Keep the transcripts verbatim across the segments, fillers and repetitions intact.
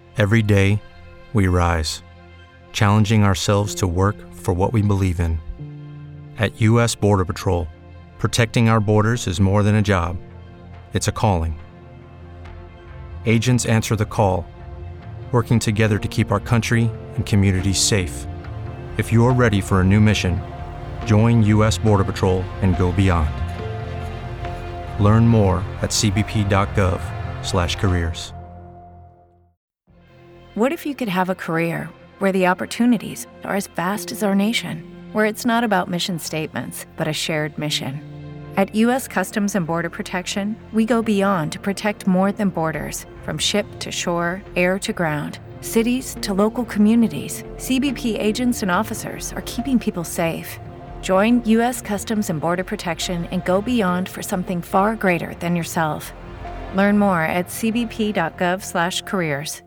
Every day, we rise, challenging ourselves to work for what we believe in. At U S Border Patrol, protecting our borders is more than a job, it's a calling. Agents answer the call, working together to keep our country and communities safe. If you're ready for a new mission, join U S Border Patrol and go beyond. Learn more at c b p dot gov slash careers. What if you could have a career where the opportunities are as vast as our nation, where it's not about mission statements, but a shared mission? At U S Customs and Border Protection, we go beyond to protect more than borders. From ship to shore, air to ground, cities to local communities, C B P agents and officers are keeping people safe. Join U S Customs and Border Protection and go beyond for something far greater than yourself. Learn more at c b p dot gov slash careers.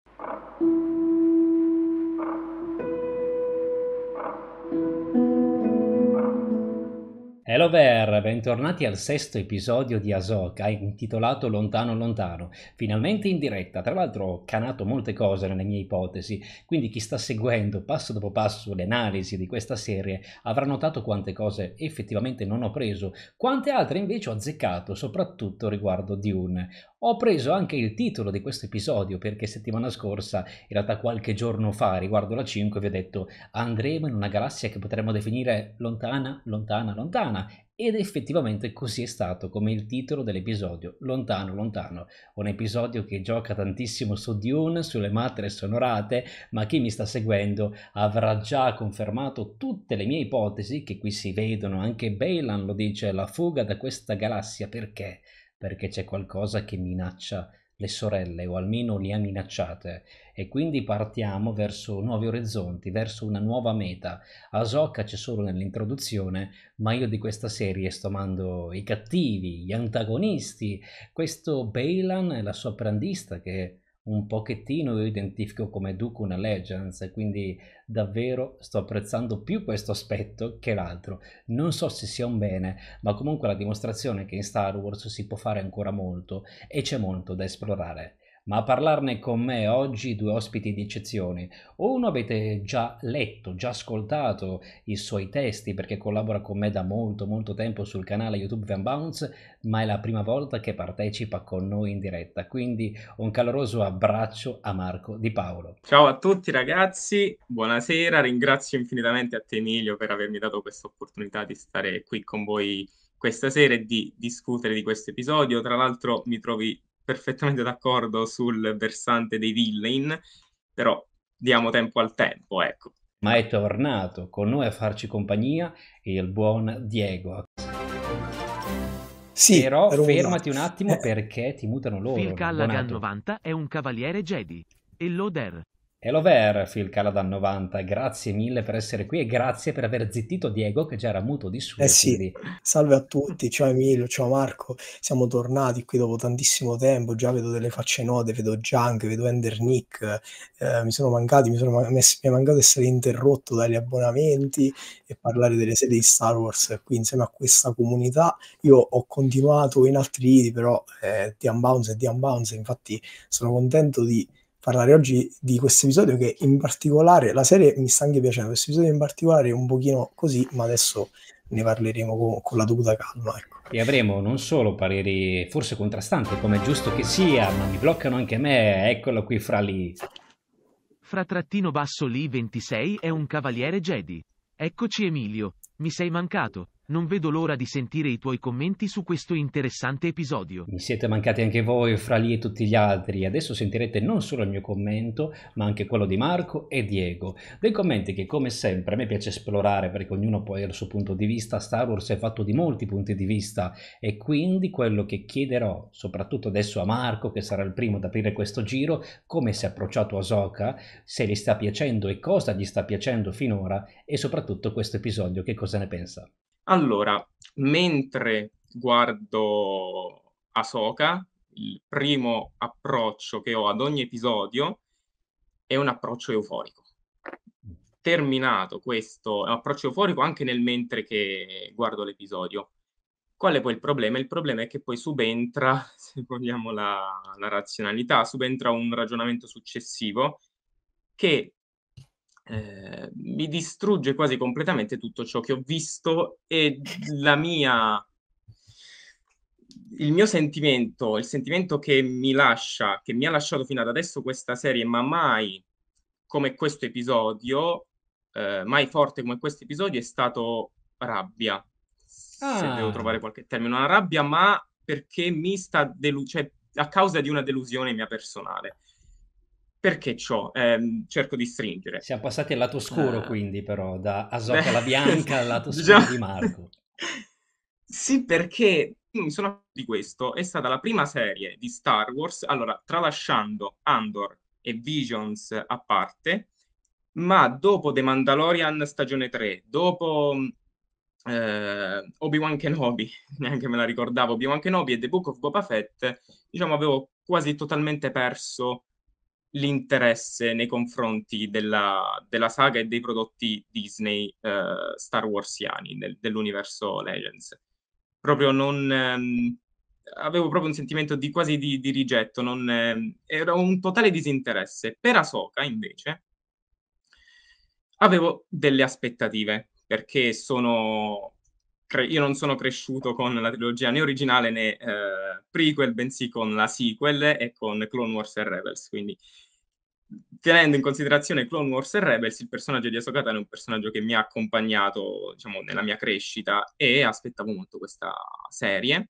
Hello there, bentornati al sesto episodio di Ahsoka, intitolato Lontano Lontano, finalmente in diretta. Tra l'altro ho canato molte cose nelle mie ipotesi, quindi chi sta seguendo passo dopo passo le analisi di questa serie avrà notato quante cose effettivamente non ho preso, quante altre invece ho azzeccato, soprattutto riguardo Dune. Ho preso anche il titolo di questo episodio perché settimana scorsa, in realtà qualche giorno fa, riguardo la cinque, vi ho detto andremo in una galassia che potremmo definire lontana, lontana, lontana. Ed effettivamente così è stato, come il titolo dell'episodio, Lontano Lontano, un episodio che gioca tantissimo su Dune, sulle matre sonorate, ma chi mi sta seguendo avrà già confermato tutte le mie ipotesi, che qui si vedono, anche Baylan lo dice, la fuga da questa galassia, perché? Perché c'è qualcosa che minaccia le sorelle, o almeno le ha minacciate, e quindi partiamo verso nuovi orizzonti, verso una nuova meta. Ahsoka c'è solo nell'introduzione, ma io di questa serie sto amando i cattivi, gli antagonisti, questo Baylan e la sua apprendista che un pochettino io identifico come Dooku Legends, e quindi davvero sto apprezzando più questo aspetto che l'altro. Non so se sia un bene, ma comunque la dimostrazione che in Star Wars si può fare ancora molto e c'è molto da esplorare. Ma a parlarne con me oggi due ospiti di eccezione. Uno avete già letto, già ascoltato i suoi testi perché collabora con me da molto molto tempo sul canale YouTube Van Bounce, ma è la prima volta che partecipa con noi in diretta, quindi un caloroso abbraccio a Marco Di Paolo. Ciao a tutti ragazzi, buonasera, ringrazio infinitamente a te Emilio per avermi dato questa opportunità di stare qui con voi questa sera e di discutere di questo episodio. Tra l'altro mi trovi perfettamente d'accordo sul versante dei villain, però diamo tempo al tempo, ecco. Ma è tornato con noi a farci compagnia il buon Diego. Sì, però ero fermati mutato. un attimo Eh. perché ti mutano loro. Phil Callaghan Bonato. novanta è un cavaliere Jedi. E Loder. Hello there, Phil Callaghan novanta, grazie mille per essere qui e grazie per aver zittito Diego che già era muto di suo. Eh sì, Quindi salve a tutti, ciao Emilio, ciao Marco, siamo tornati qui dopo tantissimo tempo, già vedo delle facce note, vedo Junk, vedo Ender Nick, eh, mi sono mancati, mi, sono ma- mess- mi è mancato essere interrotto dagli abbonamenti e parlare delle serie di Star Wars qui insieme a questa comunità. Io ho continuato in altri lidi, però eh, di Unbounce e di Unbounce, infatti sono contento di parlare oggi di questo episodio che in particolare, la serie mi sta anche piacendo, questo episodio in particolare è un pochino così, ma adesso ne parleremo con, con la dovuta calma, ecco. e avremo non solo pareri forse contrastanti come è giusto che sia, ma mi bloccano anche me, eccolo qui fra lì. Fra trattino basso lì ventisei è un cavaliere Jedi. Eccoci Emilio, mi sei mancato. Non vedo l'ora di sentire i tuoi commenti su questo interessante episodio. Mi siete mancati anche voi, fra lì e tutti gli altri. Adesso sentirete non solo il mio commento, ma anche quello di Marco e Diego. Dei commenti che, come sempre, a me piace esplorare perché ognuno poi ha il suo punto di vista. Star Wars è fatto di molti punti di vista e quindi quello che chiederò, soprattutto adesso a Marco, che sarà il primo ad aprire questo giro, come si è approcciato a Ahsoka, se gli sta piacendo e cosa gli sta piacendo finora e soprattutto questo episodio, che cosa ne pensa. Allora, mentre guardo Ahsoka, il primo approccio che ho ad ogni episodio è un approccio euforico. Terminato questo, è un approccio euforico anche nel mentre che guardo l'episodio. Qual è poi il problema? Il problema è che poi subentra, se vogliamo la, la razionalità, subentra un ragionamento successivo che eh, mi distrugge quasi completamente tutto ciò che ho visto e la mia, il mio sentimento, il sentimento che mi lascia, che mi ha lasciato fino ad adesso questa serie, ma mai come questo episodio, eh, mai forte come questo episodio, è stato rabbia. Se devo trovare Ah, qualche termine, una rabbia, ma perché mi sta delu- cioè, a causa di una delusione mia personale. Perché ciò? Ehm, cerco di stringere. siamo passati al lato oscuro Eh, quindi però, da beh, Ahsoka la bianca al lato oscuro diciamo... di Marco. Sì, perché io mi sono accorto di questo. È stata la prima serie di Star Wars, allora, tralasciando Andor e Visions a parte, ma dopo The Mandalorian stagione tre, dopo eh, Obi-Wan Kenobi, neanche me la ricordavo, Obi-Wan Kenobi e The Book of Boba Fett, diciamo, avevo quasi totalmente perso l'interesse nei confronti della, della saga e dei prodotti Disney eh, Star Warsiani del- dell'universo Legends. Proprio non... ehm, avevo proprio un sentimento di quasi di, di rigetto, non, ehm, era un totale disinteresse. Per Ahsoka, invece, avevo delle aspettative, perché sono... cre- io non sono cresciuto con la trilogia né originale né eh, prequel, bensì con la sequel e con Clone Wars e Rebels, quindi tenendo in considerazione Clone Wars e Rebels, il personaggio di Ahsoka Tano è un personaggio che mi ha accompagnato, diciamo, nella mia crescita e aspettavo molto questa serie.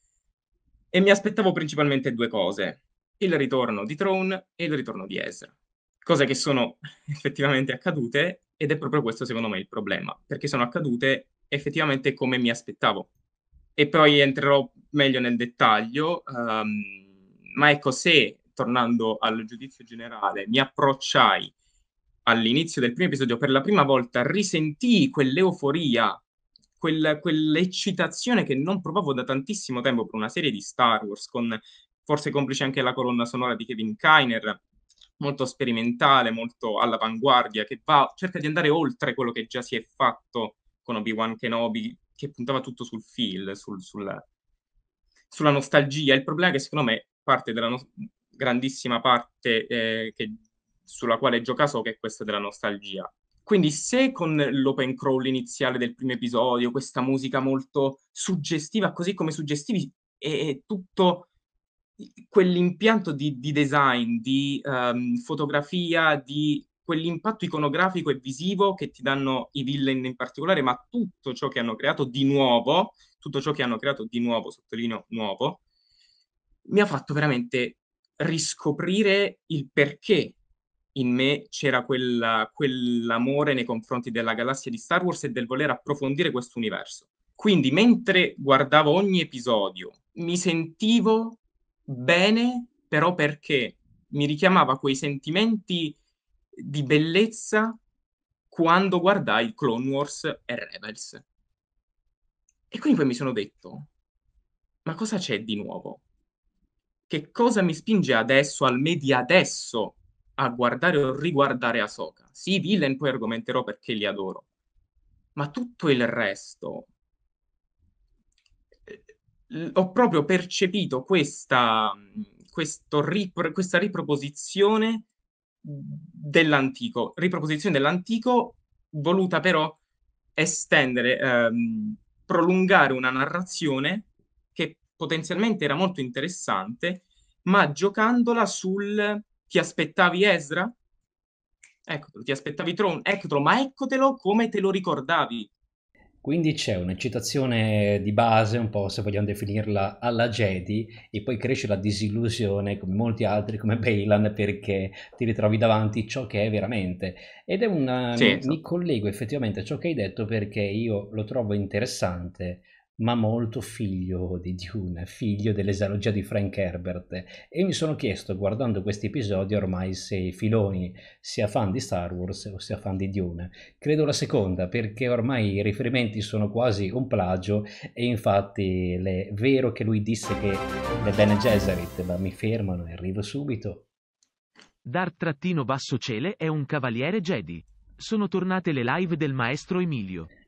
E mi aspettavo principalmente due cose: il ritorno di Thrawn e il ritorno di Ezra. Cose che sono effettivamente accadute ed è proprio questo secondo me il problema, perché sono accadute effettivamente come mi aspettavo. E poi entrerò meglio nel dettaglio, ehm, ma ecco, se, tornando al giudizio generale, mi approcciai all'inizio del primo episodio per la prima volta, risentii quell'euforia, quel- quell'eccitazione che non provavo da tantissimo tempo per una serie di Star Wars, con forse complice anche la colonna sonora di Kevin Kiner, molto sperimentale, molto all'avanguardia, che va, cerca di andare oltre quello che già si è fatto con Obi-Wan Kenobi, che puntava tutto sul feel, sul, sul- sulla nostalgia. Il problema è che secondo me parte della no- grandissima parte eh, che- sulla quale gioca so che è questa della nostalgia. Quindi se con l'open crawl iniziale del primo episodio, questa musica molto suggestiva, così come suggestivi, è, è tutto quell'impianto di, di design, di ehm, fotografia, di quell'impatto iconografico e visivo che ti danno i villain in particolare, ma tutto ciò che hanno creato di nuovo, tutto ciò che hanno creato di nuovo, sottolineo nuovo, mi ha fatto veramente riscoprire il perché in me c'era quella- quell'amore nei confronti della galassia di Star Wars e del voler approfondire questo universo. Quindi, mentre guardavo ogni episodio, mi sentivo bene, però perché mi richiamava quei sentimenti di bellezza quando guardai Clone Wars e Rebels. E quindi poi mi sono detto, ma cosa c'è di nuovo? Che cosa mi spinge adesso, al media adesso, a guardare o riguardare Ahsoka? Sì, villain, poi argomenterò perché li adoro. Ma tutto il resto, eh, ho proprio percepito questa, questo ripro- questa riproposizione dell'antico, riproposizione dell'antico voluta però estendere, ehm, prolungare una narrazione che potenzialmente era molto interessante, ma giocandola sul ti aspettavi Ezra? Eccotelo, ti aspettavi Tron? Eccotelo, ma eccotelo come te lo ricordavi. Quindi c'è un'eccitazione di base, un po' se vogliamo definirla alla Jedi, e poi cresce la disillusione, come molti altri, come Baylan, perché ti ritrovi davanti ciò che è veramente. Ed è una... Sì, mi, mi esatto. collego effettivamente a ciò che hai detto perché io lo trovo interessante, ma molto figlio di Dune, figlio dell'esalogia di Frank Herbert. E mi sono chiesto, guardando questi episodi, ormai se Filoni sia fan di Star Wars o sia fan di Dune. Credo la seconda, perché ormai i riferimenti sono quasi un plagio e infatti è vero che lui disse che le Bene Gesserit, ma mi fermano e arrivo subito. Dart-Basso Cele è un cavaliere Jedi. Sono tornate le live del maestro Emilio.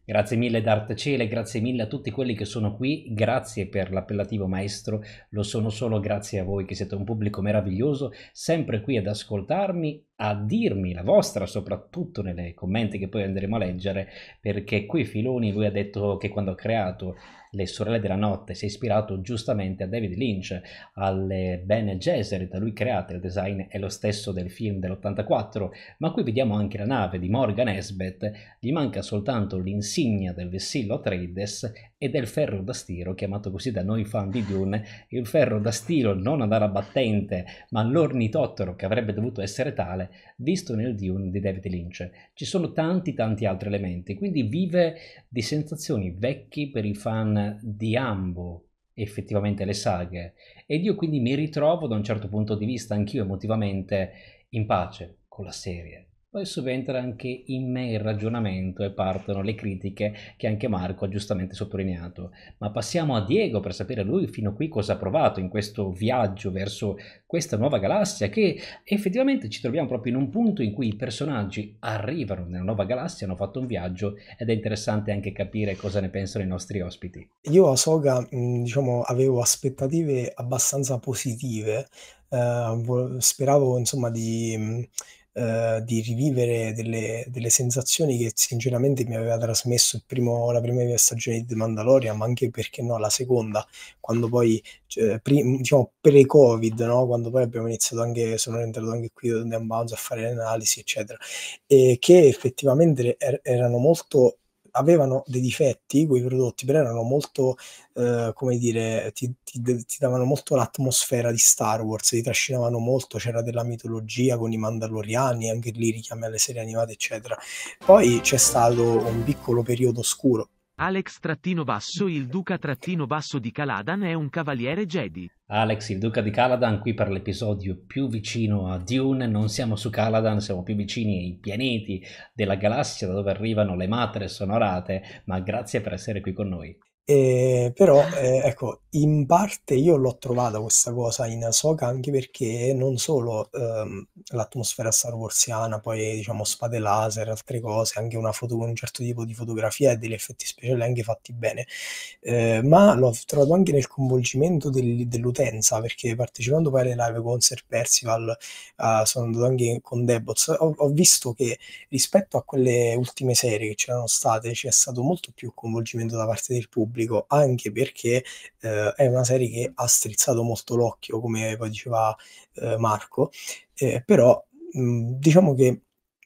Grazie mille Dart Cele, grazie mille a tutti quelli che sono qui, grazie per l'appellativo maestro, lo sono solo grazie a voi che siete un pubblico meraviglioso, sempre qui ad ascoltarmi, a dirmi la vostra, soprattutto nei commenti che poi andremo a leggere, perché qui Filoni, lui ha detto che quando ha creato Le Sorelle della Notte si è ispirato giustamente a David Lynch, alle Bene Gesserit da lui create, il design è lo stesso del film dell'ottantaquattro, ma qui vediamo anche la nave di Morgan Elsbeth, gli manca soltanto l'insignia del vessillo Atreides e del ferro da stiro, chiamato così da noi fan di Dune, il ferro da stiro non ad ala battente, ma l'ornitottero che avrebbe dovuto essere tale, visto nel Dune di David Lynch. Ci sono tanti tanti altri elementi, quindi vive di sensazioni vecchi per i fan di ambo effettivamente le saghe, ed io quindi mi ritrovo da un certo punto di vista anch'io emotivamente in pace con la serie. Poi subentra anche in me il ragionamento e partono le critiche che anche Marco ha giustamente sottolineato. Ma passiamo a Diego per sapere lui fino a qui cosa ha provato in questo viaggio verso questa nuova galassia, che effettivamente ci troviamo proprio in un punto in cui i personaggi arrivano nella nuova galassia, hanno fatto un viaggio, ed è interessante anche capire cosa ne pensano i nostri ospiti. Io a Ahsoka, mh, diciamo, avevo aspettative abbastanza positive, eh, vo- speravo insomma di, mh, eh, di rivivere delle, delle sensazioni che sinceramente mi aveva trasmesso il primo, la prima stagione di The Mandalorian, ma anche perché no, la seconda, quando poi, cioè, pri- diciamo pre-Covid, no? Quando poi abbiamo iniziato anche, sono entrato anche qui da Unbound a fare le analisi, eccetera, e che effettivamente er- erano molto avevano dei difetti quei prodotti, però erano molto, eh, come dire, ti, ti- ti davano molto l'atmosfera di Star Wars, ti trascinavano molto, c'era della mitologia con i Mandaloriani, anche lì richiami alle serie animate, eccetera. Poi c'è stato un piccolo periodo oscuro. Alex trattino basso il duca trattino basso di Caladan è un cavaliere Jedi. Alex, il duca di Caladan, qui per l'episodio più vicino a Dune. Non siamo su Caladan, siamo più vicini ai pianeti della galassia da dove arrivano le matre sonorate, ma grazie per essere qui con noi. Eh, però eh, ecco, in parte io l'ho trovata questa cosa in Ahsoka anche perché non solo ehm, l'atmosfera Star Warsiana, poi diciamo spade laser, altre cose, anche una foto con un certo tipo di fotografia e degli effetti speciali anche fatti bene, eh, ma l'ho trovato anche nel coinvolgimento del- dell'utenza, perché partecipando poi alle live con Sir Percival, eh, sono andato anche con Debots, ho, ho visto che rispetto a quelle ultime serie che c'erano state c'è stato molto più coinvolgimento da parte del pubblico, anche perché eh, è una serie che ha strizzato molto l'occhio, come poi diceva eh, Marco, eh, però mh, diciamo che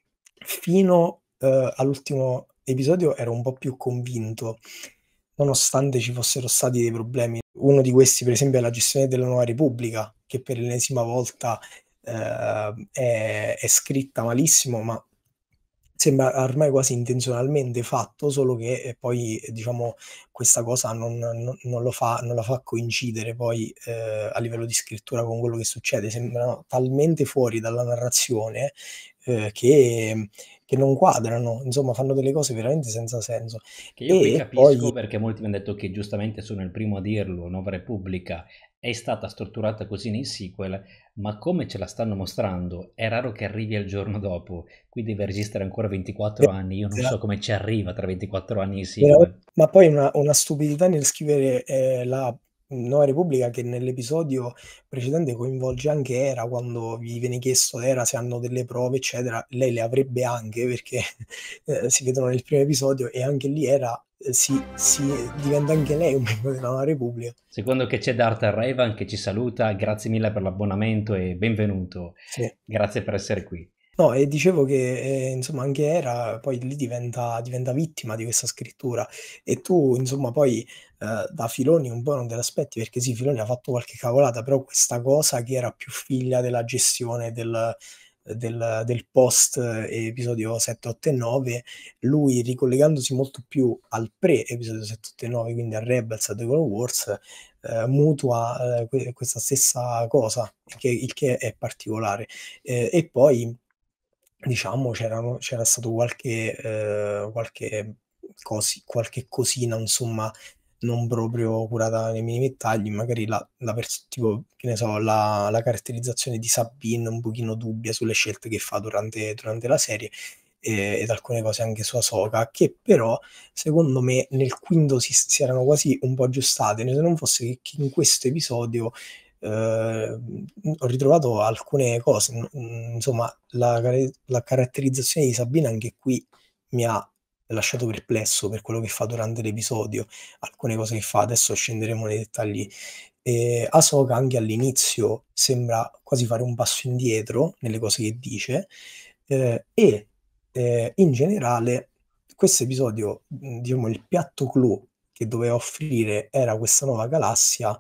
fino eh, all'ultimo episodio ero un po' più convinto, nonostante ci fossero stati dei problemi. Uno di questi, per esempio, è la gestione della Nuova Repubblica, che per l'ennesima volta eh, è, è scritta malissimo, ma sembra ormai quasi intenzionalmente fatto, solo che eh, poi eh, diciamo questa cosa non, non- non lo fa, non la fa coincidere poi eh, a livello di scrittura con quello che succede, sembrano talmente fuori dalla narrazione eh, che, che non quadrano, insomma fanno delle cose veramente senza senso. Che io qui E poi capisco, perché molti mi hanno detto che giustamente sono il primo a dirlo, Nuova Repubblica è stata strutturata così nei sequel, ma come ce la stanno mostrando è raro che arrivi al giorno dopo, qui deve resistere ancora ventiquattro anni, io non so come ci arriva tra ventiquattro anni il Veramente- sequel. Ma poi una, una stupidità nel scrivere eh, la Nuova Repubblica che nell'episodio precedente coinvolge anche Era, quando gli viene chiesto da Era se hanno delle prove, eccetera, lei le avrebbe anche perché eh, si vedono nel primo episodio e anche lì Era eh, si, si diventa anche lei un membro della Nuova Repubblica. Secondo che c'è Darth Revan che ci saluta, grazie mille per l'abbonamento e benvenuto, Sì. grazie per essere qui. No, e dicevo che eh, insomma anche Era poi lì diventa, diventa vittima di questa scrittura e tu insomma poi eh, da Filoni un po' non te l'aspetti perché sì, Filoni ha fatto qualche cavolata, però questa cosa che era più figlia della gestione del, del, del post eh, episodio sette, otto e nove, lui ricollegandosi molto più al pre-episodio sette, otto e nove, quindi a Rebels, a The Clone Wars, eh, mutua eh, que- questa stessa cosa, il che, il che è particolare. Eh, e poi diciamo c'erano c'era stato qualche eh, qualche cosi qualche cosina, insomma, non proprio curata nei minimi dettagli, magari la la pers tipo, che ne so, la la caratterizzazione di Sabine un pochino dubbia sulle scelte che fa durante durante la serie. eh, ed alcune cose anche su Ahsoka, che però secondo me nel quinto si, si erano quasi un po' aggiustate, se non fosse che, che in questo episodio eh, ho ritrovato alcune cose, N- insomma la, care- la caratterizzazione di Sabina anche qui mi ha lasciato perplesso per quello che fa durante l'episodio, alcune cose che fa, adesso scenderemo nei dettagli. E Ahsoka anche all'inizio sembra quasi fare un passo indietro nelle cose che dice, eh, e eh, in generale questo episodio, mh, diciamo, il piatto clou che doveva offrire era questa nuova galassia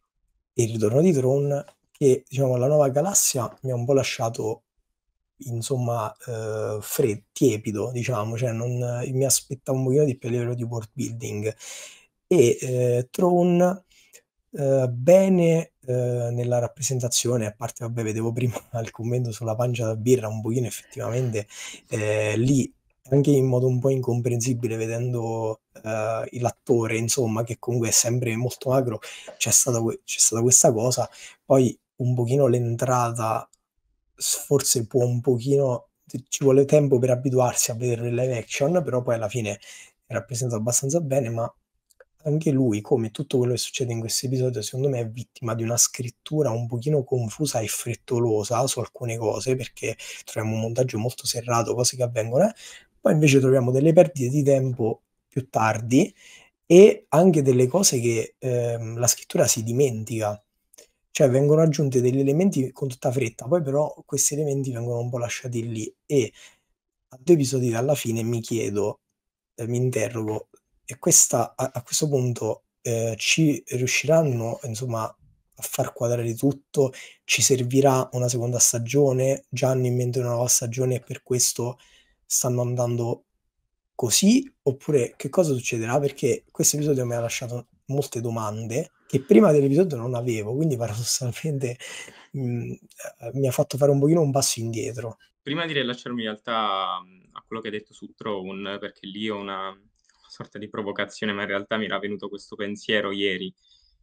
e il ritorno di Tron, che diciamo la nuova galassia mi ha un po' lasciato insomma eh, fred, tiepido, diciamo, cioè non, mi aspettavo un pochino di più a livello di world building. E eh, Tron eh, bene eh, nella rappresentazione, a parte, vabbè, vedevo prima il commento sulla pancia da birra, un pochino effettivamente eh, lì, anche in modo un po' incomprensibile, vedendo eh, l'attore, insomma, che comunque è sempre molto magro, c'è stata, que- c'è stata questa cosa, poi un pochino l'entrata s- forse può un pochino, ci vuole tempo per abituarsi a vedere il live action, però poi alla fine è rappresentato abbastanza bene, ma anche lui, come tutto quello che succede in questo episodio, secondo me è vittima di una scrittura un pochino confusa e frettolosa su alcune cose, perché troviamo un montaggio molto serrato, cose che avvengono, eh. Poi invece troviamo delle perdite di tempo più tardi e anche delle cose che ehm, la scrittura si dimentica. Cioè vengono aggiunti degli elementi con tutta fretta, poi però questi elementi vengono un po' lasciati lì e a due episodi dalla fine mi chiedo, eh, mi interrogo, e questa, a, a questo punto eh, ci riusciranno insomma a far quadrare tutto? Ci servirà una seconda stagione? Già hanno in mente una nuova stagione e per questo stanno andando così? Oppure che cosa succederà? Perché questo episodio mi ha lasciato molte domande che prima dell'episodio non avevo, quindi paradossalmente mh, eh, mi ha fatto fare un pochino un passo indietro. Prima di rilasciarmi in realtà mh, a quello che hai detto su Throne, perché lì ho una, una sorta di provocazione, ma in realtà mi era venuto questo pensiero ieri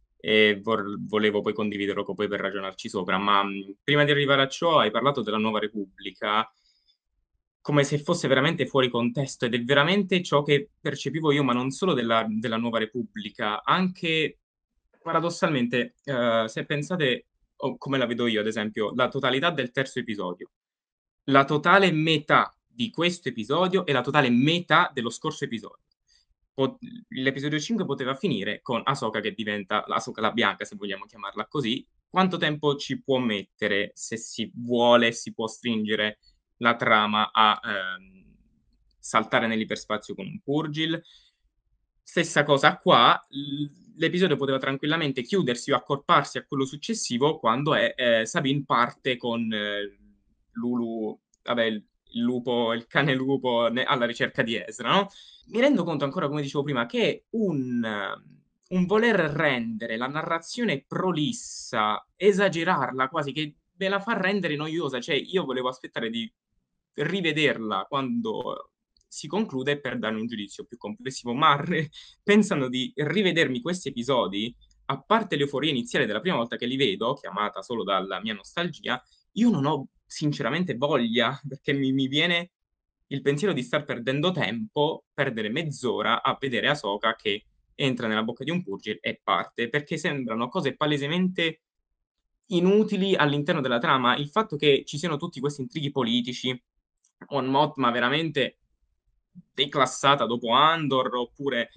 e vor- volevo poi condividerlo con voi per ragionarci sopra. Ma mh, prima di arrivare a ciò, hai parlato della Nuova Repubblica come se fosse veramente fuori contesto ed è veramente ciò che percepivo io, ma non solo della, della Nuova Repubblica, anche paradossalmente, eh, se pensate, o come la vedo io, ad esempio, la totalità del terzo episodio, la totale metà di questo episodio e la totale metà dello scorso episodio. Po- L'episodio cinque poteva finire con Ahsoka che diventa Ahsoka la bianca, se vogliamo chiamarla così. Quanto tempo ci può mettere, se si vuole, si può stringere la trama a ehm, saltare nell'iperspazio con un Purgil? Stessa cosa qua, l- l'episodio poteva tranquillamente chiudersi o accorparsi a quello successivo quando è, eh, Sabine parte con eh, Lulu, vabbè, il il lupo, il cane lupo ne- alla ricerca di Ezra, no? Mi rendo conto ancora, come dicevo prima, che un, eh, un voler rendere la narrazione prolissa, esagerarla quasi, che me la fa rendere noiosa. Cioè, io volevo aspettare di rivederla quando si conclude per dare un giudizio più complessivo, ma re- pensando di rivedermi questi episodi, a parte l'euforia iniziale della prima volta che li vedo, chiamata solo dalla mia nostalgia, io non ho sinceramente voglia, perché mi, mi viene il pensiero di star perdendo tempo, perdere mezz'ora a vedere Ahsoka che entra nella bocca di un Purgil e parte, perché sembrano cose palesemente inutili all'interno della trama. Il fatto che ci siano tutti questi intrighi politici, Mon Mothma veramente declassata dopo Andor, oppure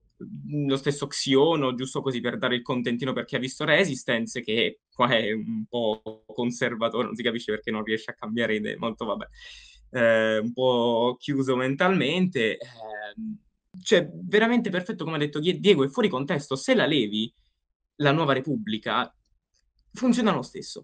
lo stesso Xiono, giusto così per dare il contentino per chi ha visto Resistance, che qua è un po' conservatore, non si capisce perché non riesce a cambiare idee, molto vabbè, eh, un po' chiuso mentalmente. Eh, cioè, veramente perfetto, come ha detto Die- Diego, è fuori contesto. Se la levi, la Nuova Repubblica, funziona lo stesso.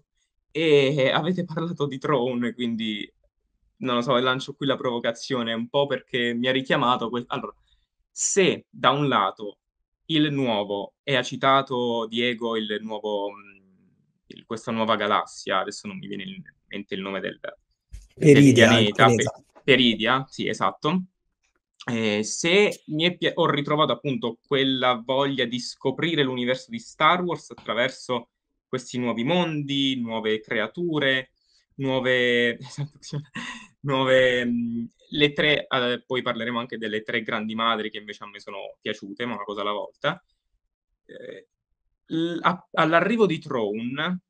E avete parlato di Throne, quindi non lo so, lancio qui la provocazione un po' perché mi ha richiamato. que- Allora, se da un lato il nuovo, e ha citato Diego il nuovo, mh, il- questa nuova galassia, adesso non mi viene in mente il nome del, del Peridia, il pianeta, pianeta. Pe- Peridia, sì, esatto. Eh, se mi è pi- ho ritrovato appunto quella voglia di scoprire l'universo di Star Wars attraverso questi nuovi mondi, nuove creature, nuove, esatto, nuove, mh, le tre, eh, poi parleremo anche delle tre grandi madri che invece a me sono piaciute, ma una cosa alla volta. Eh, l- a- all'arrivo di Thrawn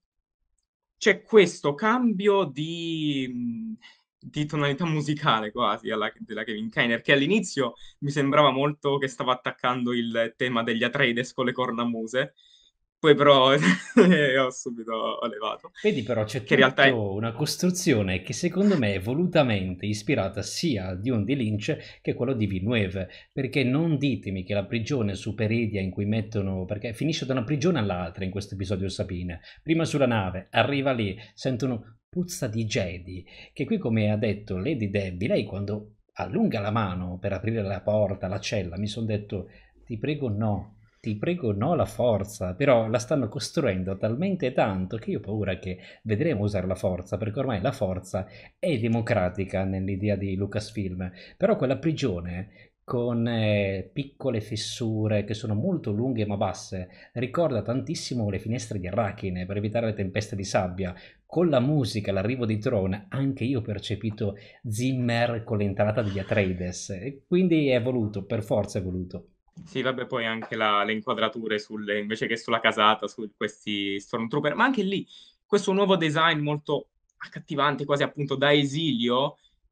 c'è questo cambio di, mh, di tonalità musicale quasi alla, della Kevin Kiner, che all'inizio mi sembrava molto che stava attaccando il tema degli Atreides con le cornamuse, poi però ho subito levato. Vedi però c'è Che in realtà è... tutto una costruzione che secondo me è volutamente ispirata sia a Dune di Lynch che quello di Villeneuve, perché non ditemi che la prigione su Peridia in cui mettono, perché finisce da una prigione all'altra in questo episodio Sabine, prima sulla nave, arriva lì, sentono puzza di Jedi, che qui come ha detto Lady Debbie, lei quando allunga la mano per aprire la porta, la cella, mi sono detto ti prego no. Ti prego no alla forza, però la stanno costruendo talmente tanto che io ho paura che vedremo usare la forza, perché ormai la forza è democratica nell'idea di Lucasfilm, però quella prigione con eh, piccole fessure che sono molto lunghe ma basse ricorda tantissimo le finestre di Arachne per evitare le tempeste di sabbia. Con la musica, l'arrivo di Thrawn, anche io ho percepito Zimmer con l'entrata degli Atreides, e quindi è voluto, per forza è voluto. Sì, vabbè, poi anche la, le inquadrature sulle, invece che sulla casata, su questi Stormtrooper, ma anche lì questo nuovo design molto accattivante, quasi appunto da esilio.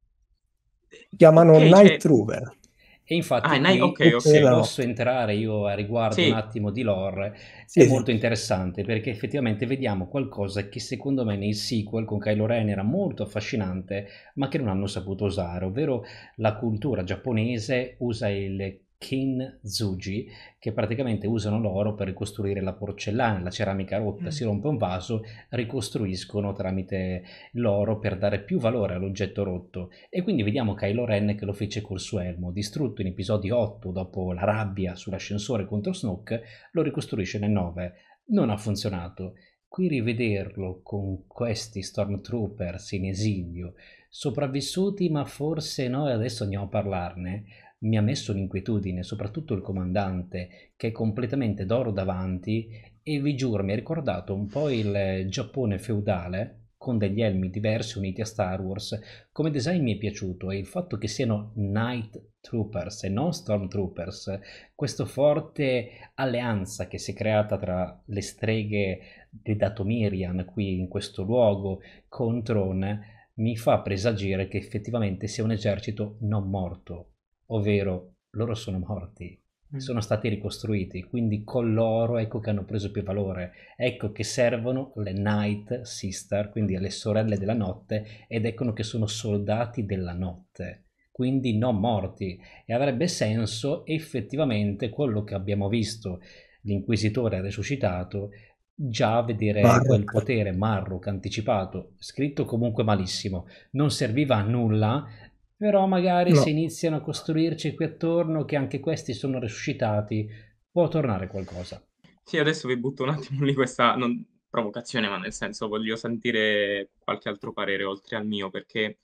Chiamano Ok, Night cioè- Trooper. E infatti Ah, qui, Night- ok, ok. se No. posso entrare io a riguardo Sì. un attimo di lore, Sì, è sì. molto interessante perché effettivamente vediamo qualcosa che secondo me nei sequel con Kylo Ren era molto affascinante, ma che non hanno saputo usare, ovvero la cultura giapponese usa il Kintsugi, che praticamente usano l'oro per ricostruire la porcellana, la ceramica rotta, Mm. si rompe un vaso, ricostruiscono tramite l'oro per dare più valore all'oggetto rotto. E quindi vediamo Kylo Ren che lo fece col suo elmo, distrutto in episodio otto dopo la rabbia sull'ascensore contro Snoke, lo ricostruisce nel nove. Non ha funzionato. Qui rivederlo con questi Stormtroopers in esilio, sopravvissuti ma forse no, e adesso andiamo a parlarne, mi ha messo un'inquietudine, soprattutto il comandante che è completamente d'oro davanti, e vi giuro mi ha ricordato un po' il Giappone feudale con degli elmi diversi uniti a Star Wars. Come design mi è piaciuto, e il fatto che siano Night Troopers e non Stormtroopers, questa forte alleanza che si è creata tra le streghe di Datomirian qui in questo luogo con Thrawn mi fa presagire che effettivamente sia un esercito non morto, ovvero loro sono morti, sono stati ricostruiti, quindi con loro ecco che hanno preso più valore, ecco che servono le Night Sister, quindi le sorelle della notte, ed eccono che sono soldati della notte, quindi non morti, e avrebbe senso effettivamente quello che abbiamo visto, l'inquisitore resuscitato, già vedere Marrok. quel potere Marrok anticipato, scritto comunque malissimo, non serviva a nulla, però magari No. se iniziano a costruirci qui attorno che anche questi sono resuscitati, può tornare qualcosa. Sì, adesso vi butto un attimo lì questa non provocazione, ma nel senso voglio sentire qualche altro parere oltre al mio, perché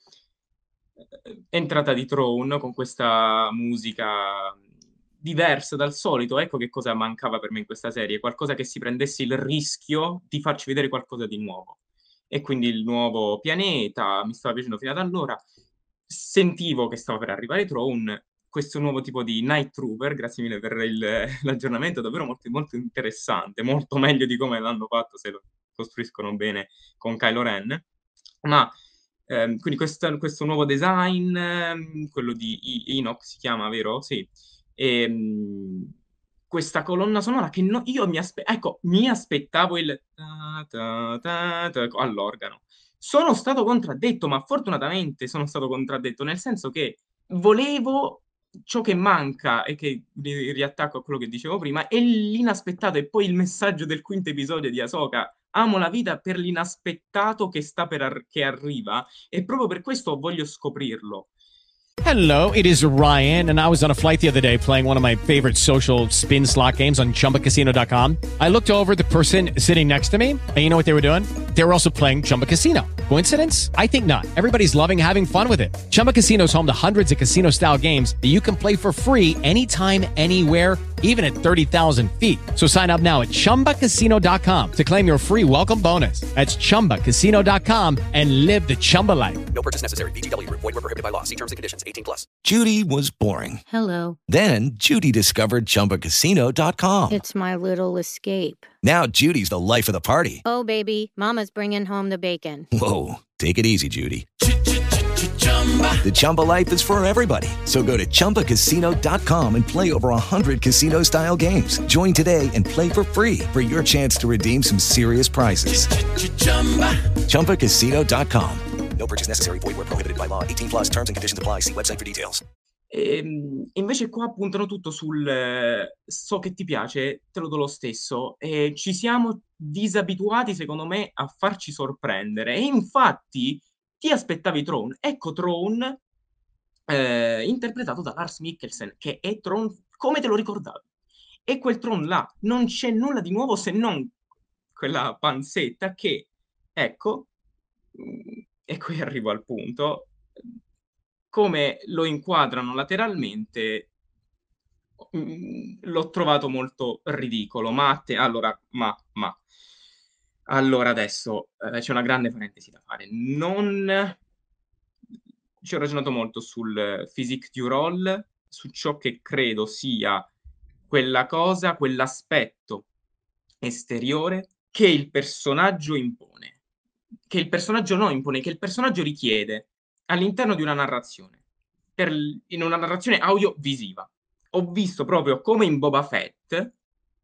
eh, entrata di Thrawn con questa musica diversa dal solito, ecco che cosa mancava per me in questa serie, qualcosa che si prendesse il rischio di farci vedere qualcosa di nuovo. E quindi il nuovo pianeta mi stava piacendo fino ad allora. Sentivo che stava per arrivare Thrawn, questo nuovo tipo di Night Trooper, grazie mille per il, l'aggiornamento, davvero molto, molto interessante, molto meglio di come l'hanno fatto se lo costruiscono bene con Kylo Ren. Ma ehm, quindi questo, questo nuovo design, ehm, quello di I- Enoch si chiama, vero? Sì. E, mh, questa colonna sonora che no- io mi, aspe- ecco, mi aspettavo il ta ta ta ta all'organo. Sono stato contraddetto, ma fortunatamente sono stato contraddetto, nel senso che volevo ciò che manca e che ri- riattacco a quello che dicevo prima, è l'inaspettato, e poi il messaggio del quinto episodio di Ahsoka. Amo la vita per l'inaspettato che sta per ar- che arriva, e proprio per questo voglio scoprirlo. Hello, it is Ryan, and I was on a flight the other day playing one of my favorite social spin slot games on Chumba Casino dot com. I looked over at the person sitting next to me, and you know what they were doing? They were also playing Chumba Casino. Coincidence? I think not. Everybody's loving having fun with it. Chumba Casino is home to hundreds of casino-style games that you can play for free anytime, anywhere, even at thirty thousand feet. So sign up now at chumba casino dot com to claim your free welcome bonus. That's chumba casino dot com and live the Chumba life. No purchase necessary. V G W. Void where prohibited by law. See terms and conditions. eighteen plus. Judy was boring. Hello. Then Judy discovered chumba casino dot com. It's my little escape. Now Judy's the life of the party. Oh, baby, mama's bringing home the bacon. Whoa, take it easy, Judy. The Chumba life is for everybody. So go to chumba casino dot com and play over one hundred casino-style games. Join today and play for free for your chance to redeem some serious prizes. chumba casino dot com. No purchase necessary. Void where prohibited by law. eighteen plus terms and conditions apply. See website for details. Ehm, invece qua puntano tutto sul eh, so che ti piace, te lo do lo stesso. E ci siamo disabituati, secondo me, a farci sorprendere. E infatti ti aspettavi Tron. Ecco Tron eh, interpretato da Lars Mikkelsen, che è Tron come te lo ricordavi. E quel Tron là non c'è nulla di nuovo se non quella panzetta che, ecco, mm, e qui arrivo al punto, come lo inquadrano lateralmente, mm, l'ho trovato molto ridicolo. Ma a te, allora, ma, ma. Allora adesso eh, c'è una grande parentesi da fare. Non ci ho ragionato molto sul eh, physique du rôle, su ciò che credo sia quella cosa, quell'aspetto esteriore che il personaggio impone, che il personaggio non impone, che il personaggio richiede all'interno di una narrazione, per l- in una narrazione audiovisiva. Ho visto proprio come in Boba Fett eh,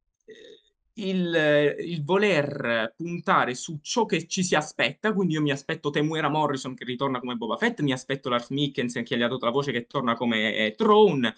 il, il voler puntare su ciò che ci si aspetta, quindi io mi aspetto Temuera Morrison che ritorna come Boba Fett, mi aspetto Lars Mikkelsen che gli ha dato la voce che torna come eh, Thrawn,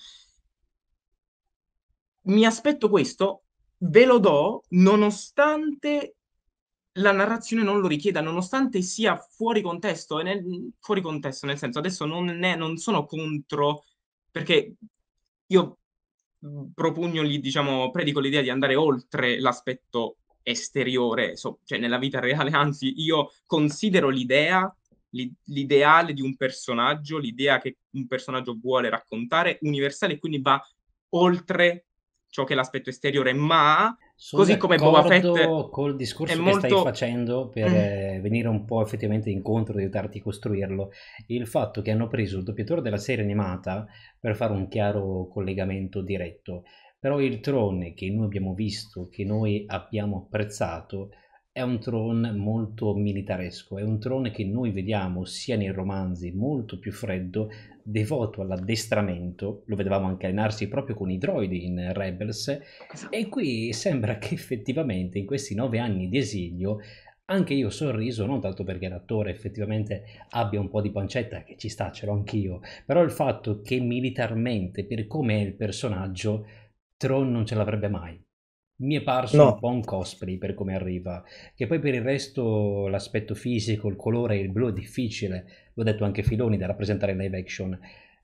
mi aspetto questo, ve lo do, nonostante la narrazione non lo richieda, nonostante sia fuori contesto, e nel, fuori contesto nel senso, adesso non, è, non sono contro, perché io mh, propugno, gli, diciamo, predico l'idea di andare oltre l'aspetto esteriore, so- cioè nella vita reale, anzi io considero l'idea, l'i- l'ideale di un personaggio, l'idea che un personaggio vuole raccontare, universale, e quindi va oltre ciò che è l'aspetto esteriore, ma Sono così come Boba Fett d'accordo col discorso è che molto... stai facendo per Mm. eh, venire un po' effettivamente incontro e aiutarti a costruirlo. Il fatto che hanno preso il doppiatore della serie animata per fare un chiaro collegamento diretto, però il Tron che noi abbiamo visto, che noi abbiamo apprezzato, è un Tron molto militaresco, è un Tron che noi vediamo sia nei romanzi molto più freddo, devoto all'addestramento, lo vedevamo anche allenarsi proprio con i droidi in Rebels, e qui sembra che effettivamente in questi nove anni di esilio anche io ho sorriso, non tanto perché l'attore effettivamente abbia un po' di pancetta, che ci sta, ce l'ho anch'io, però il fatto che militarmente, per come è il personaggio, Tron non ce l'avrebbe mai. Mi è parso un No, po' un cosplay per come arriva, che poi per il resto l'aspetto fisico, il colore e il blu è difficile, l'ho detto anche Filoni, da rappresentare in live action,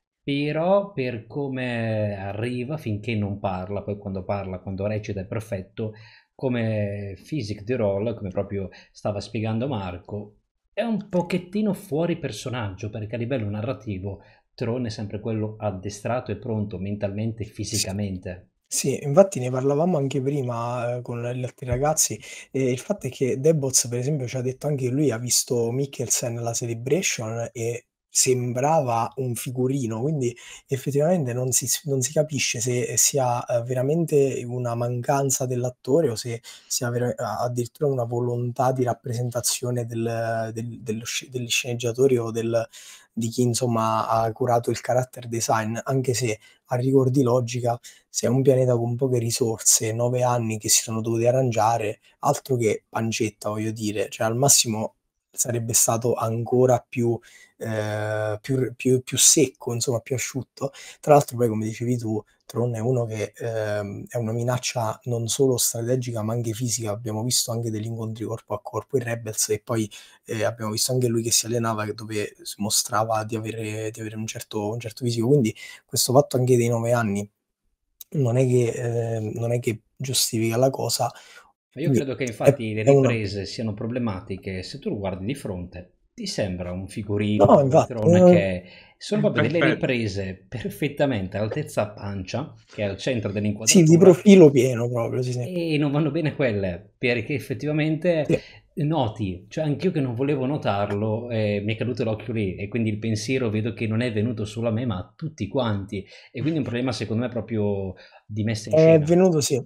però per come arriva finché non parla, poi quando parla, quando recita è perfetto, come physique du rôle, come proprio stava spiegando Marco, è un pochettino fuori personaggio, perché a livello narrativo Tron è sempre quello addestrato e pronto mentalmente e sì. fisicamente. Sì, infatti ne parlavamo anche prima eh, con gli altri ragazzi e il fatto è che Deboz per esempio ci ha detto anche che lui ha visto Mikkelsen alla Celebration e sembrava un figurino, quindi effettivamente non si, non si capisce se sia eh, veramente una mancanza dell'attore o se sia vera- addirittura una volontà di rappresentazione del- del- dello sci- degli sceneggiatori o del- di chi insomma ha curato il character design, anche se a rigor di logica se è un pianeta con poche risorse, nove anni che si sono dovuti arrangiare, altro che pancetta, voglio dire, cioè al massimo sarebbe stato ancora più, eh, più, più- più secco, insomma, più asciutto. Tra l'altro, poi, come dicevi tu, Tron è uno che ehm, è una minaccia non solo strategica, ma anche fisica. Abbiamo visto anche degli incontri corpo a corpo in Rebels, e poi eh, abbiamo visto anche lui che si allenava, dove si mostrava di avere, di avere un certo, un certo fisico. Quindi questo fatto anche dei nove anni non è che, eh, non è che giustifica la cosa, Ma io quindi credo che è, infatti le è una... riprese siano problematiche se tu lo guardi di fronte. Ti sembra un No, figurino di infatti, Tron eh, che sono proprio delle Perfetto. riprese perfettamente all'altezza pancia, che è al centro sì, di dell'inquadratura, profilo pieno proprio, sì, sì. e non vanno bene quelle, perché effettivamente Sì. noti, cioè anch'io che non volevo notarlo, eh, mi è caduto l'occhio lì e quindi il pensiero vedo che non è venuto solo a me, ma a tutti quanti. E quindi è un problema secondo me proprio di messa in È scena. venuto, sì.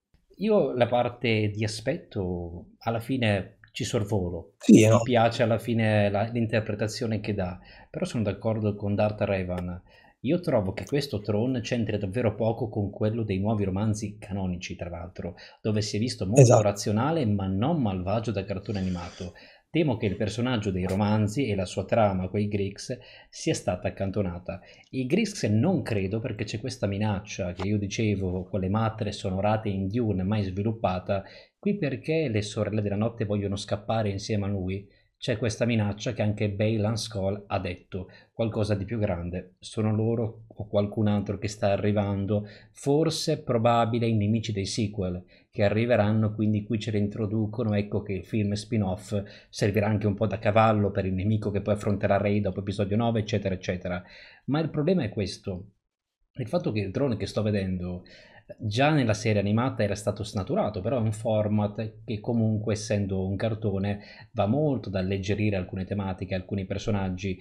Io la parte di aspetto alla fine ci sorvolo, Sì, no. mi piace alla fine la- l'interpretazione che dà, però sono d'accordo con Dart Revan. Io trovo che questo Tron c'entri davvero poco con quello dei nuovi romanzi canonici, tra l'altro, dove si è visto molto Esatto. razionale ma non malvagio da cartone animato. Temo che il personaggio dei romanzi e la sua trama con i Grix sia stata accantonata. I Grix non credo, perché c'è questa minaccia che io dicevo con le matre sonorate in Dune mai sviluppata. Qui perché le sorelle della notte vogliono scappare insieme a lui? C'è questa minaccia che anche Baylan Skoll ha detto, qualcosa di più grande. Sono loro o qualcun altro che sta arrivando, forse probabile i nemici dei sequel che arriveranno, quindi qui ce le introducono. Ecco che il film spin-off servirà anche un po' da cavallo per il nemico che poi affronterà Rey dopo episodio nove, eccetera eccetera. Ma il problema è questo: il fatto che il drone che sto vedendo già nella serie animata era stato snaturato, però è un format che comunque, essendo un cartone, va molto ad alleggerire alcune tematiche, alcuni personaggi,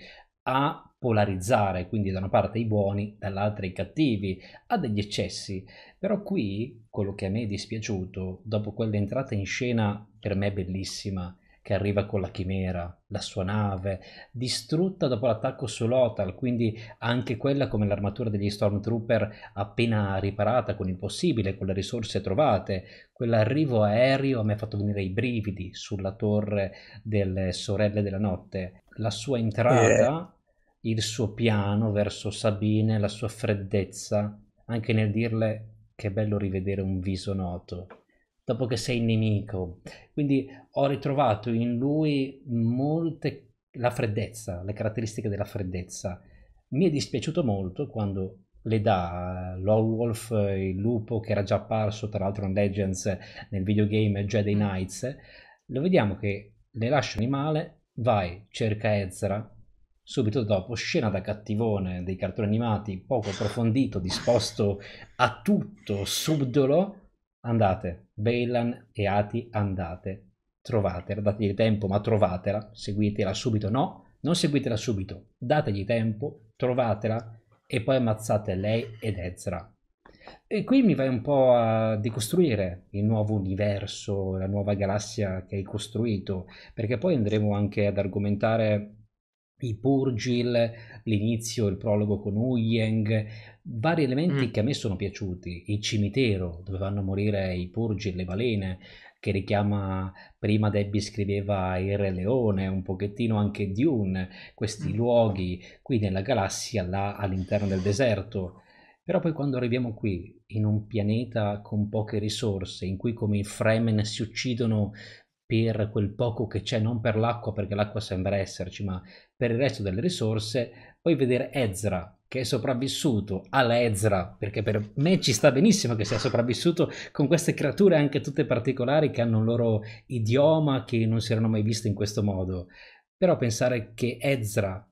a polarizzare, quindi da una parte i buoni, dall'altra i cattivi, ha degli eccessi. Però qui quello che a me è dispiaciuto, dopo quell'entrata in scena per me bellissima, che arriva con la chimera, la sua nave, distrutta dopo l'attacco su Lothal, quindi anche quella come l'armatura degli Stormtrooper appena riparata con il possibile, con le risorse trovate, quell'arrivo aereo a me ha fatto venire i brividi sulla torre delle Sorelle della Notte, la sua Eh, entrata, il suo piano verso Sabine, la sua freddezza, anche nel dirle che è bello rivedere un viso noto, dopo che sei nemico. Quindi ho ritrovato in lui molte la freddezza, le caratteristiche della freddezza. Mi è dispiaciuto molto quando le dà Lawolf, il lupo che era già apparso tra l'altro in Legends nel videogame Jedi Knights. Lo vediamo che le lascia animale, vai, cerca Ezra. Subito dopo, scena da cattivone dei cartoni animati, poco approfondito, disposto a tutto, subdolo. Andate, Baylan e Ati, andate, trovatela, dategli tempo, ma trovatela, seguitela subito. No, non seguitela subito, dategli tempo, trovatela e poi ammazzate lei ed Ezra. E qui mi vai un po' a decostruire il nuovo universo, la nuova galassia che hai costruito, perché poi andremo anche ad argomentare i Purgil, l'inizio, il prologo con Huyang, vari elementi Mm. che a me sono piaciuti. Il cimitero dove vanno a morire i Purgil, le balene, che richiama, prima Debbie scriveva il Re Leone, un pochettino anche Dune, questi luoghi qui nella galassia, là all'interno del deserto. Però poi quando arriviamo qui, in un pianeta con poche risorse, in cui come i Fremen si uccidono per quel poco che c'è, non per l'acqua, perché l'acqua sembra esserci, ma per il resto delle risorse, poi vedere Ezra che è sopravvissuto alla Ezra, perché per me ci sta benissimo che sia sopravvissuto con queste creature anche tutte particolari che hanno un loro idioma che non si erano mai viste in questo modo. Però pensare che Ezra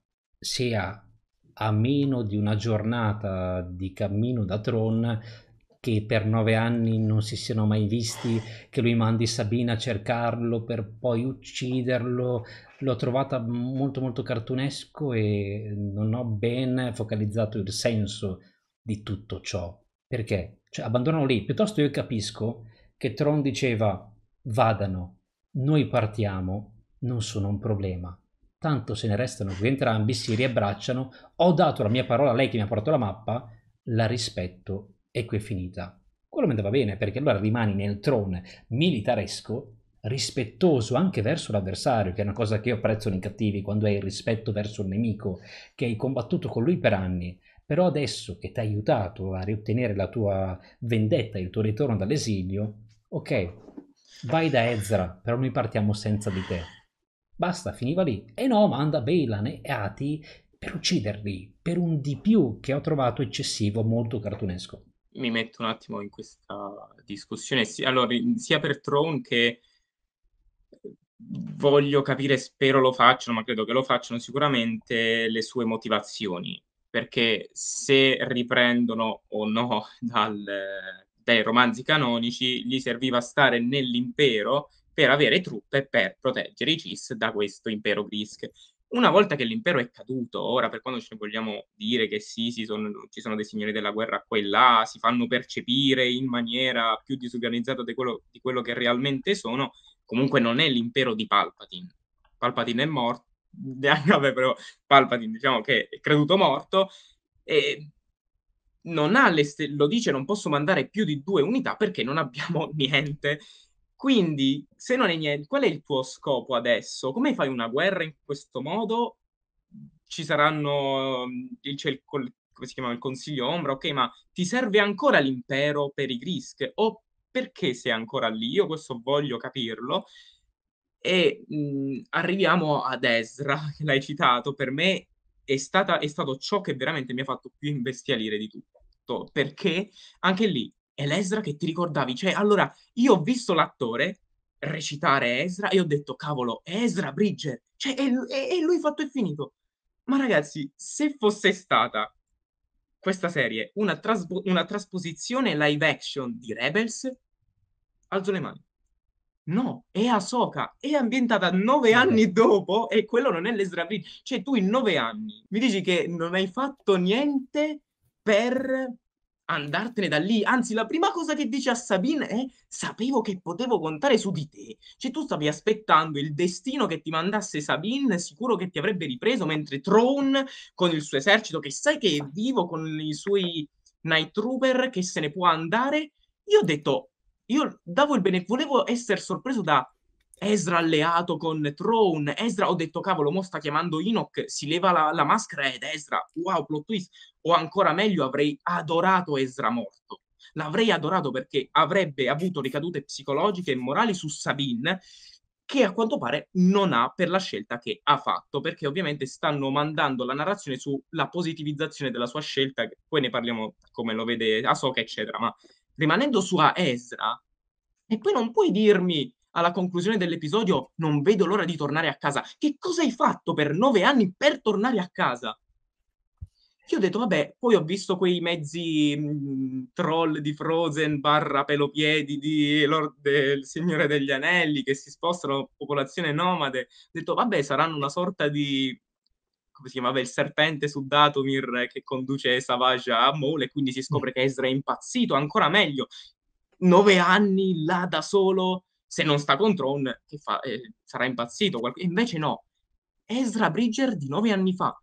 sia a meno di una giornata di cammino da Tron, che per nove anni non si siano mai visti, che lui mandi Sabina a cercarlo per poi ucciderlo, l'ho trovata molto molto cartunesco e non ho ben focalizzato il senso di tutto ciò. Perché? Cioè, abbandonano lì. Piuttosto io capisco che Tron diceva vadano, noi partiamo, non sono un problema. Tanto se ne restano qui entrambi, si riabbracciano, ho dato la mia parola a lei che mi ha portato la mappa, la rispetto e qui è finita. Quello mi andava bene perché allora rimani nel Tron militaresco, rispettoso anche verso l'avversario, che è una cosa che io apprezzo nei cattivi, quando hai il rispetto verso il nemico, che hai combattuto con lui per anni, però adesso che ti ha aiutato a riottenere la tua vendetta, il tuo ritorno dall'esilio, ok, vai da Ezra, però noi partiamo senza di te. Basta, finiva lì. E no, manda Baylan e Ati per ucciderli, per un di più che ho trovato eccessivo, molto cartunesco. Mi metto un attimo in questa discussione. Sì, allora, sia per Tron che voglio capire, spero lo facciano, ma credo che lo facciano sicuramente, le sue motivazioni, perché se riprendono o no dal dai romanzi canonici, gli serviva stare nell'impero per avere truppe per proteggere i Cis da questo impero Grisc. Una volta che l'impero è caduto, ora per quando ce ne vogliamo dire che sì, si son ci sono dei signori della guerra qua e là, si fanno percepire in maniera più disorganizzata di quello di quello che realmente sono, comunque non è l'impero di Palpatine. Palpatine è morto, neanche vabbè, però Palpatine diciamo che è creduto morto e non ha le ste lo dice: "Non posso mandare più di due unità perché non abbiamo niente". Quindi, se non è nien qual è il tuo scopo adesso? Come fai una guerra in questo modo? Ci saranno mhmm, il c'è il col come si chiama, il Consiglio Ombra, okay, ma ti serve ancora l'impero per i Grisc? O perché sei ancora lì? Io questo voglio capirlo. E, mhmm, arriviamo ad Ezra, che l'hai citato. Per me è stata è stato ciò che veramente mi ha fatto più imbestialire di tutto, perché anche lì è l'Ezra che ti ricordavi. Cioè, allora, io ho visto l'attore recitare Ezra e ho detto: "Cavolo, è Ezra Bridger, cioè è lu è è lui fatto e finito". Ma ragazzi, se fosse stata questa serie una traspo una trasposizione live action di Rebels, alzo le mani. No, è Ahsoka, è ambientata nove Vabbè. anni dopo e quello non è l'Ezra Bridger. Cioè tu in nove anni mi dici che non hai fatto niente per andartene da lì. Anzi, la prima cosa che dice a Sabine è: "Sapevo che potevo contare su di te". Cioè tu stavi aspettando il destino che ti mandasse Sabine, sicuro che ti avrebbe ripreso, mentre Thrawn con il suo esercito, che sai che è vivo, con i suoi Night Trooper, che se ne può andare. Io ho detto io davo il bene volevo esser sorpreso da Ezra alleato con Thrawn. Ezra ho detto: "Cavolo, mo sta chiamando Enoch, si leva la la maschera ed è Ezra. Wow, plot twist". O ancora meglio, avrei adorato Ezra morto. L'avrei adorato perché avrebbe avuto ricadute psicologiche e morali su Sabine, che a quanto pare non ha per la scelta che ha fatto, perché ovviamente stanno mandando la narrazione sulla positivizzazione della sua scelta, che poi ne parliamo come lo vede Ahsoka, eccetera. Ma rimanendo su a Ezra, e poi non puoi dirmi alla conclusione dell'episodio: "Non vedo l'ora di tornare a casa". Che cosa hai fatto per nove anni per tornare a casa? Io ho detto: "Vabbè", poi ho visto quei mezzi, mhmm, troll di Frozen barra Pelopiedi di Lord del Signore degli Anelli che si spostano, popolazione nomade. Ho detto: "Vabbè, saranno una sorta di" come si chiamava, il serpente su Dathomir che conduce Savage a Maul e quindi si scopre che Ezra è impazzito. Ancora meglio, nove anni là da solo, se non sta con Thrawn che fa? Ehm, sarà impazzito qualc e invece no. Ezra Bridger di nove anni fa.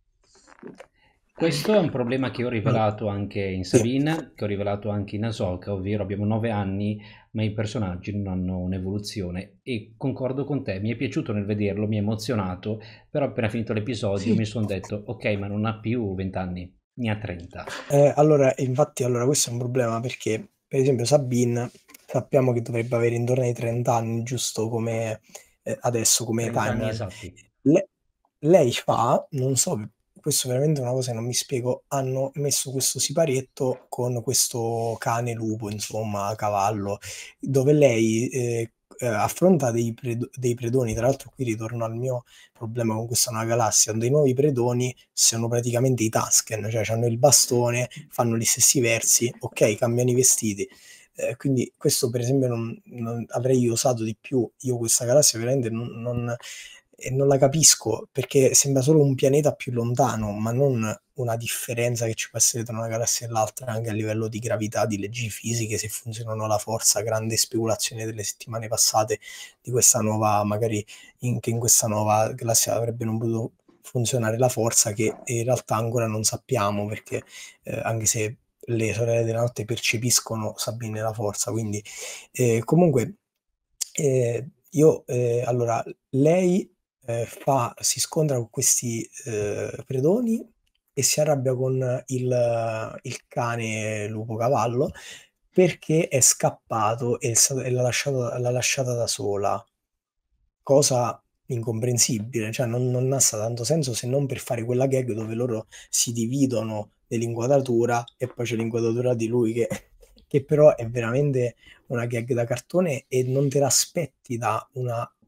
Questo è un problema che ho Mm, rivelato anche in sì. Sabine, che ho rivelato anche in Ahsoka, ovvero abbiamo nove anni, ma i personaggi non hanno un'evoluzione. E concordo con te, mi è piaciuto nel vederlo, mi ha emozionato, però appena finito l'episodio Sì. mi sono detto, ok, ma non ha più venti anni, ne ha trenta. Eh, allora, infatti, allora questo è un problema perché, per esempio, Sabine sappiamo che dovrebbe avere intorno ai trenta anni, giusto come eh, adesso, come trenta anni timeline. esatti. Le- lei fa, non so, questo è veramente una cosa che non mi spiego, hanno messo questo siparietto con questo cane lupo, insomma, cavallo, dove lei eh, eh, affronta dei, pred- dei predoni. Tra l'altro qui ritorno al mio problema con questa nuova galassia, dei nuovi predoni sono praticamente i Tusken, cioè hanno il bastone, fanno gli stessi versi, ok, cambiano i vestiti. Eh, quindi questo per esempio non, non avrei usato di più. Io questa galassia veramente non, non- e non la capisco perché sembra solo un pianeta più lontano, ma non una differenza che ci può essere tra una galassia e l'altra anche a livello di gravità, di leggi fisiche, se funzionano la forza, grande speculazione delle settimane passate di questa nuova, magari in, che in questa nuova galassia avrebbe non potuto funzionare la forza, che in realtà ancora non sappiamo perché eh, anche se le sorelle della notte percepiscono Sabine la forza, quindi eh, comunque eh, io eh, allora lei eh, fa, si scontra con questi eh, predoni e si arrabbia con il, il cane lupo cavallo perché è scappato e, sa- e l'ha lasciato- l'ha lasciata da sola, cosa incomprensibile, cioè non, non ha tanto senso se non per fare quella gag dove loro si dividono nell'inquadratura e poi c'è l'inquadratura di lui che, che però è veramente una gag da cartone e non te l'aspetti da una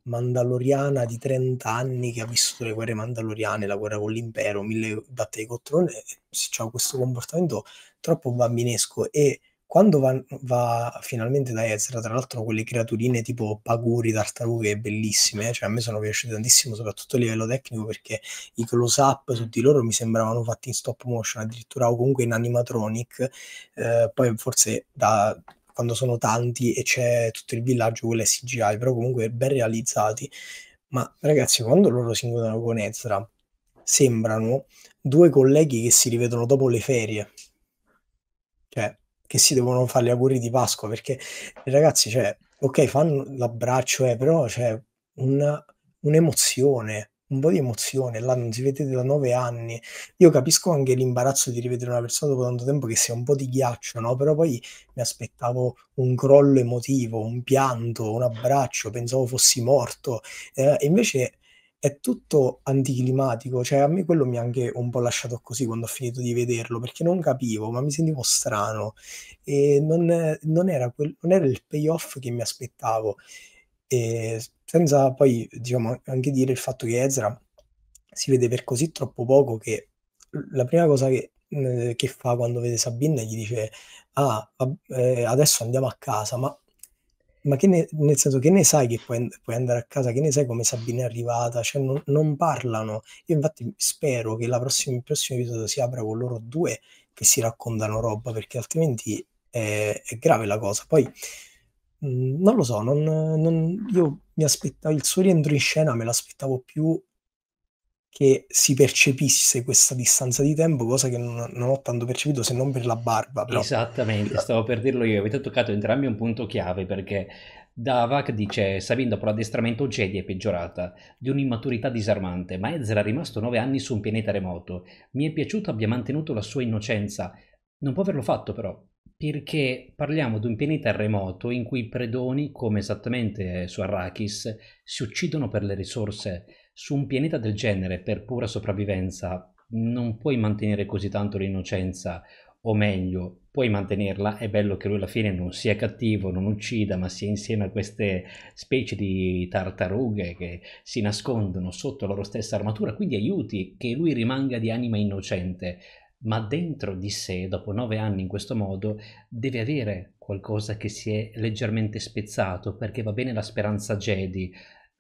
mandaloriana di trenta anni che ha vissuto le guerre mandaloriane, la guerra con l'impero, mille battaglie con Tron, e c'ha questo comportamento troppo bambinesco. E quando va, va finalmente da Ezra, tra l'altro quelle creaturine tipo paguri, tartarughe bellissime, cioè a me sono piaciute tantissimo, soprattutto a livello tecnico, perché i close-up su di loro mi sembravano fatti in stop motion addirittura, o comunque in animatronic. Eh, poi forse da quando sono tanti e c'è tutto il villaggio, quello è C G I, però comunque ben realizzati. Ma ragazzi, quando loro si incontrano con Ezra, sembrano due colleghi che si rivedono dopo le ferie, cioè che si devono fare gli auguri di Pasqua, perché i ragazzi, cioè, ok, fanno l'abbraccio, eh, però c'è una, un'emozione, un po' di emozione, là non si vedete da nove anni. Io capisco anche l'imbarazzo di rivedere una persona dopo tanto tempo, che sia un po' di ghiaccio, no? Però poi mi aspettavo un crollo emotivo, un pianto, un abbraccio, pensavo fossi morto, eh, e invece è tutto anticlimatico, cioè a me quello mi ha anche un po' lasciato così quando ho finito di vederlo, perché non capivo, ma mi sentivo strano e non, non era, quel, non era il payoff che mi aspettavo. E senza poi, diciamo, anche dire il fatto che Ezra si vede per così troppo poco, che la prima cosa che, eh, che fa quando vede Sabine gli dice: ah, vab- eh, adesso andiamo a casa, ma ma che ne, nel senso, che ne sai che puoi, puoi andare a casa, che ne sai come Sabine è arrivata, cioè non, non parlano. Io infatti spero che la prossima, il prossimo episodio si apra con loro due che si raccontano roba, perché altrimenti è, è grave la cosa. Poi mh, non lo so, non, non- io mi aspettavo il suo rientro in scena, me l'aspettavo più che si percepisse questa distanza di tempo, cosa che non, non ho tanto percepito, se non per la barba, però. Esattamente, stavo per dirlo io, avete toccato entrambi un punto chiave, perché Davak dice Sabine dopo l'addestramento Jedi è peggiorata, di un'immaturità disarmante, ma Ezra è rimasto nove anni su un pianeta remoto. Mi è piaciuto abbia mantenuto la sua innocenza. Non può averlo fatto però, perché parliamo di un pianeta remoto in cui i predoni, come esattamente su Arrakis, si uccidono per le risorse. Su un pianeta del genere, per pura sopravvivenza, non puoi mantenere così tanto l'innocenza, o meglio, puoi mantenerla. È bello che lui alla fine non sia cattivo, non uccida, ma sia insieme a queste specie di tartarughe che si nascondono sotto la loro stessa armatura, quindi aiuti che lui rimanga di anima innocente. Ma dentro di sé, dopo nove anni in questo modo, deve avere qualcosa che si è leggermente spezzato, perché va bene la speranza Jedi,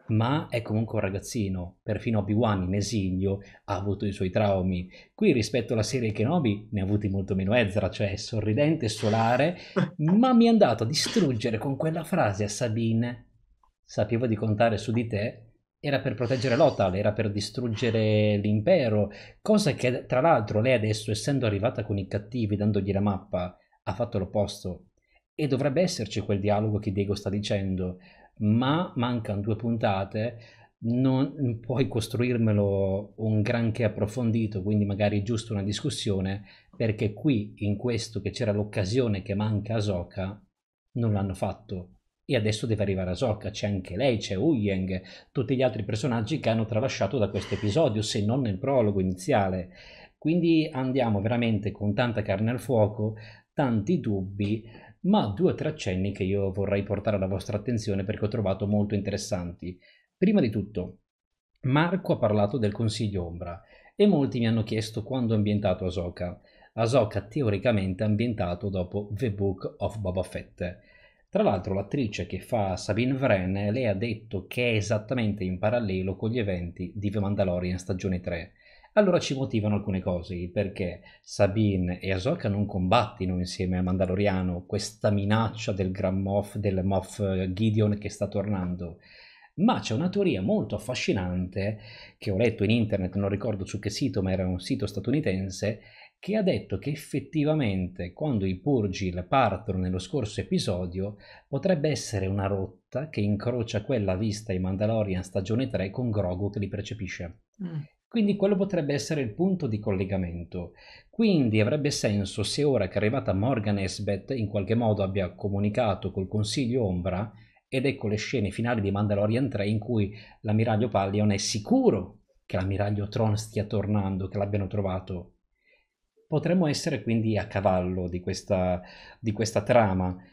ma è comunque un ragazzino. Perfino Obi-Wan in esilio ha avuto i suoi traumi. Qui rispetto alla serie Kenobi ne ha avuti molto meno Ezra, cioè sorridente, solare, ma mi è andato a distruggere con quella frase a Sabine: sapevo di contare su di te. Era per proteggere Lothal, era per distruggere l'impero, cosa che tra l'altro lei adesso, essendo arrivata con i cattivi, dandogli la mappa, ha fatto l'opposto. E dovrebbe esserci quel dialogo che Diego sta dicendo, ma mancano due puntate, non puoi costruirmelo un granché approfondito, quindi magari giusto una discussione, perché qui in questo che c'era l'occasione che manca Ahsoka non l'hanno fatto. E adesso deve arrivare Ahsoka, c'è anche lei, c'è Huyang, tutti gli altri personaggi che hanno tralasciato da questo episodio, se non nel prologo iniziale. Quindi andiamo veramente con tanta carne al fuoco, tanti dubbi, ma due o tre accenni che io vorrei portare alla vostra attenzione perché ho trovato molto interessanti. Prima di tutto, Marco ha parlato del Consiglio Ombra e molti mi hanno chiesto quando è ambientato Ahsoka. Ahsoka teoricamente è ambientato dopo The Book of Boba Fett. Tra l'altro l'attrice che fa Sabine Wren, lei ha detto che è esattamente in parallelo con gli eventi di The Mandalorian stagione tre. Allora ci motivano alcune cose, perché Sabine e Ahsoka non combattino insieme a Mandaloriano, questa minaccia del Gran Moff, del Moff Gideon che sta tornando. Ma c'è una teoria molto affascinante che ho letto in internet, non ricordo su che sito, ma era un sito statunitense, che ha detto che effettivamente quando i Purgil partono nello scorso episodio potrebbe essere una rotta che incrocia quella vista in Mandalorian stagione tre con Grogu che li percepisce. Mm. Quindi quello potrebbe essere il punto di collegamento. Quindi avrebbe senso se ora che è arrivata Morgan Elsbeth in qualche modo abbia comunicato col Consiglio Ombra, ed ecco le scene finali di Mandalorian tre in cui l'ammiraglio Pallion è sicuro che l'ammiraglio Thrawn stia tornando, che l'abbiano trovato. Potremmo essere quindi a cavallo di questa, di questa trama.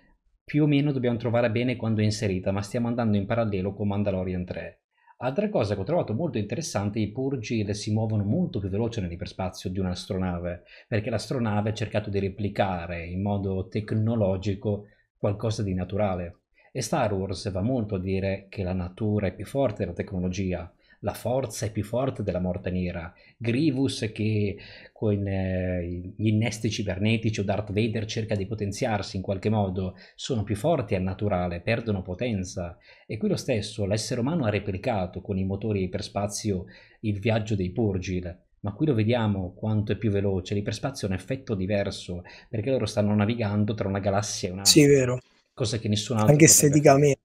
più o meno dobbiamo trovare bene quando è inserita, ma stiamo andando in parallelo con Mandalorian tre. Altra cosa che ho trovato molto interessante, i Purgi si muovono molto più veloce nell'iperspazio di un'astronave, perché l'astronave ha cercato di replicare in modo tecnologico qualcosa di naturale. E Star Wars va molto a dire che la natura è più forte della tecnologia, la forza è più forte della morte nera. Grievous che con eh, gli innesti cibernetici o Darth Vader cerca di potenziarsi in qualche modo, sono più forti al naturale, perdono potenza. E qui lo stesso, l'essere umano ha replicato con i motori iperspazio il viaggio dei Purgil, ma qui lo vediamo quanto è più veloce. L'iperspazio è un effetto diverso, perché loro stanno navigando tra una galassia e un'altra. Sì, vero. Cosa che nessun altro anche esteticamente.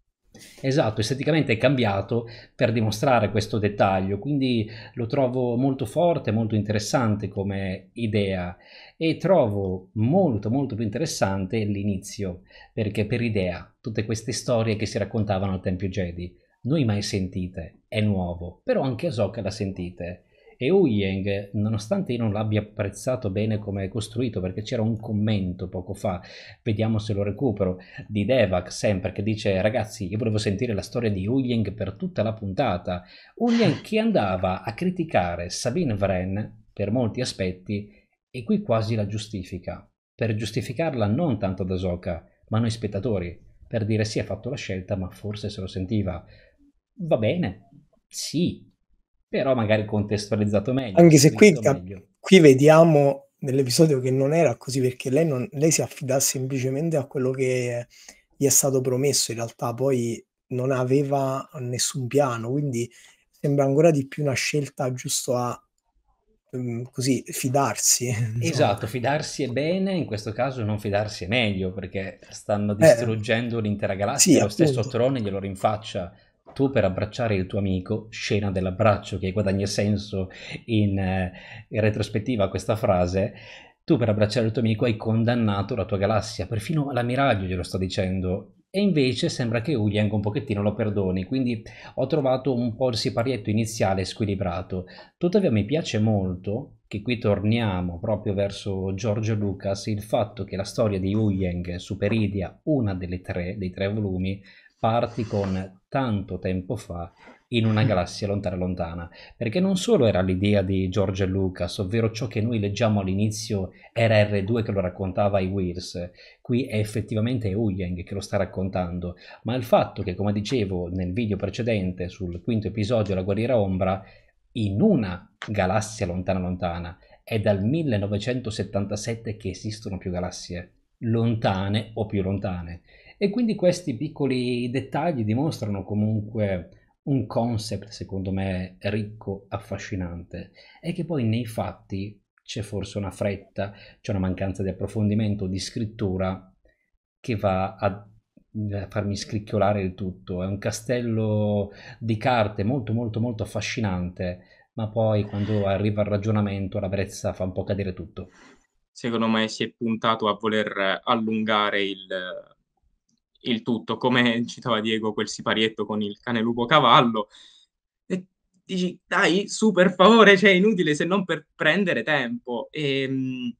Esatto, esteticamente è cambiato per dimostrare questo dettaglio, quindi lo trovo molto forte, molto interessante come idea, e trovo molto molto più interessante l'inizio, perché per idea tutte queste storie che si raccontavano al Tempio Jedi, noi mai sentite, è nuovo, però anche Ahsoka l'ha sentite. E Huyang, nonostante io non l'abbia apprezzato bene come è costruito, perché c'era un commento poco fa, vediamo se lo recupero, di Devak sempre, che dice: ragazzi, io volevo sentire la storia di Huyang per tutta la puntata. Huyang che andava a criticare Sabine Wren per molti aspetti, e qui quasi la giustifica, per giustificarla non tanto da Ahsoka, ma noi spettatori, per dire sì, ha fatto la scelta, ma forse se lo sentiva. Va bene, sì, però magari contestualizzato meglio. Anche se qui, qui vediamo nell'episodio che non era così, perché lei, non, lei si affida semplicemente a quello che gli è stato promesso, in realtà poi non aveva nessun piano, quindi sembra ancora di più una scelta giusto a um, così fidarsi. Insomma. Esatto, fidarsi è bene, in questo caso non fidarsi è meglio, perché stanno distruggendo eh, l'intera galassia, sì, lo appunto. Stesso Tron glielo rinfaccia. Tu per abbracciare il tuo amico, scena dell'abbraccio che guadagna senso in, eh, in retrospettiva a questa frase, tu per abbracciare il tuo amico hai condannato la tua galassia, perfino l'ammiraglio glielo sto dicendo, e invece sembra che Huyang un pochettino lo perdoni, quindi ho trovato un po' il siparietto iniziale squilibrato. Tuttavia mi piace molto che qui torniamo proprio verso George Lucas, il fatto che la storia di Huyang su Peridia, una delle tre, dei tre volumi, parti con tanto tempo fa in una galassia lontana lontana, perché non solo era l'idea di George Lucas, ovvero ciò che noi leggiamo all'inizio era erre due che lo raccontava ai Whirs, qui è effettivamente Huyang che lo sta raccontando, ma il fatto che, come dicevo nel video precedente sul quinto episodio La Guerriera Ombra, in una galassia lontana lontana, è dal millenovecentosettantasette che esistono più galassie lontane o più lontane. E quindi questi piccoli dettagli dimostrano comunque un concept, secondo me, ricco, affascinante, e che poi nei fatti c'è forse una fretta, c'è una mancanza di approfondimento, di scrittura, che va a farmi scricchiolare il tutto. È un castello di carte molto molto molto affascinante, ma poi quando arriva il ragionamento la brezza fa un po' cadere tutto. Secondo me si è puntato a voler allungare il... il tutto, come citava Diego, quel siparietto con il cane lupo cavallo, e dici dai su, per favore, cioè è inutile se non per prendere tempo. E,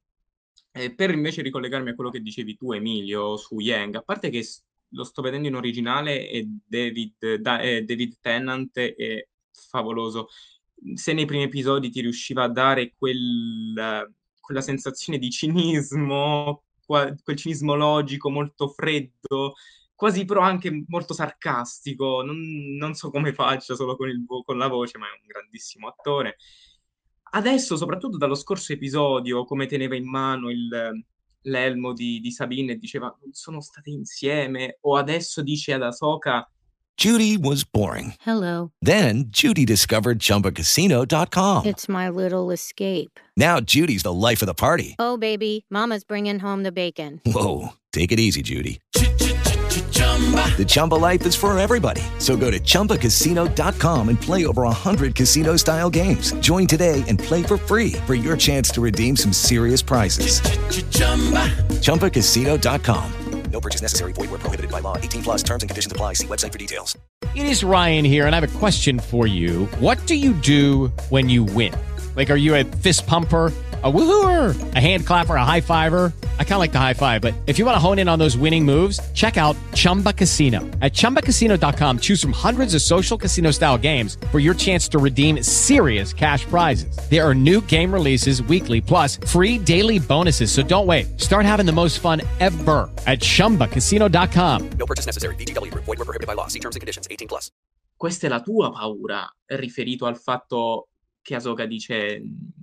e per invece ricollegarmi a quello che dicevi tu, Emilio, su Yang, a parte che lo sto vedendo in originale e David, da, eh, David Tennant è favoloso. Se nei primi episodi ti riusciva a dare quel, quella sensazione di cinismo, quel cinismo logico molto freddo, quasi però anche molto sarcastico, non, non so come faccia solo con, il, con la voce, ma è un grandissimo attore. Adesso, soprattutto dallo scorso episodio, come teneva in mano il, l'elmo di, di Sabine e diceva non sono state insieme, o adesso dice ad Ahsoka Judy was boring. Hello. Then Judy discovered Chumba Casino dot com. It's my little escape. Now Judy's the life of the party. Oh, baby, mama's bringing home the bacon. Whoa, take it easy, Judy. The Chumba life is for everybody. So go to Chumba Casino dot com and play over one hundred casino-style games. Join today and play for free for your chance to redeem some serious prizes. Chumba Casino dot com. No purchase necessary. Void where prohibited by law. eighteen plus terms and conditions apply. See website for details. It is Ryan here, and I have a question for you. What do you do when you win? Like, are you a fist pumper? A woohooer, a hand clapper, a high fiver. I kind of like the high five, but if you want to hone in on those winning moves, check out Chumba Casino. At chumba casino dot com, choose from hundreds of social casino style games for your chance to redeem serious cash prizes. There are new game releases weekly, plus free daily bonuses. So don't wait. Start having the most fun ever at chumba casino dot com. No purchase necessary. V G W Group. Void where prohibited by law. See terms and conditions. eighteen plus. Questa è la tua paura, riferito al fatto che Ahsoka dice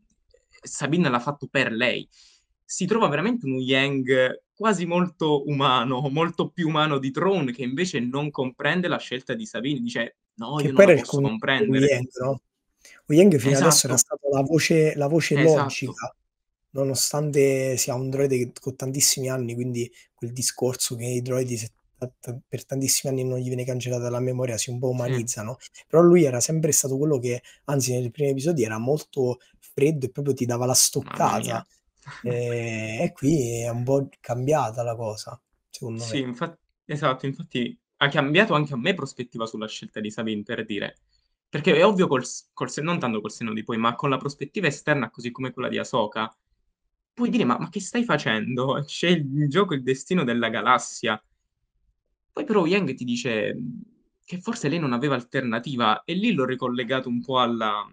Sabine l'ha fatto per lei. Si trova veramente un Yang quasi molto umano, molto più umano di Thrawn, che invece non comprende la scelta di Sabine. Dice, no, Che io poi non era la il posso con- comprendere. Yang, no? Yang fino adesso Esatto. era stata la voce, la voce Esatto. logica, nonostante sia un droide che- con tantissimi anni, quindi quel discorso che i droidi se- t- per tantissimi anni non gli viene cancellata dalla memoria, si un po' Sì. umanizzano, però lui era sempre stato quello che, anzi nei primi episodi era molto freddo e proprio ti dava la Mamma stoccata, mia. e, e qui è un po' cambiata la cosa, secondo Sì, me. infatti, esatto, infatti ha cambiato anche a me prospettiva sulla scelta di Sabine, per dire. Perché è ovvio, col, s- col sen- non tanto col senno di poi, ma con la prospettiva esterna, così come quella di Ahsoka, puoi dire, ma, ma che stai facendo? C'è il, in gioco il destino della galassia. Poi però Yang ti dice mh, che forse lei non aveva alternativa, e lì l'ho ricollegato un po' alla,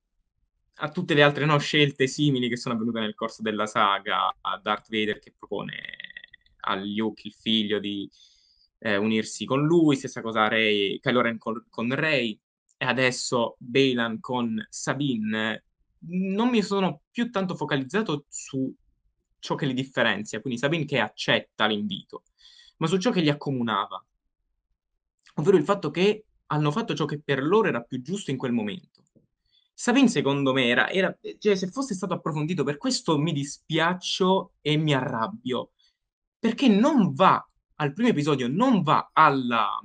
a tutte le altre no, scelte simili che sono avvenute nel corso della saga, a Darth Vader che propone a Luke, il figlio, di eh, unirsi con lui, stessa cosa a Rey, Kylo Ren con, con Rey, e adesso Baylan con Sabine. Non mi sono più tanto focalizzato su ciò che li differenzia, quindi Sabine che accetta l'invito, ma su ciò che li accomunava, ovvero il fatto che hanno fatto ciò che per loro era più giusto in quel momento. Sabine, secondo me, era, era- cioè, se fosse stato approfondito, per questo mi dispiaccio e mi arrabbio, perché non va, al primo episodio, non va alla,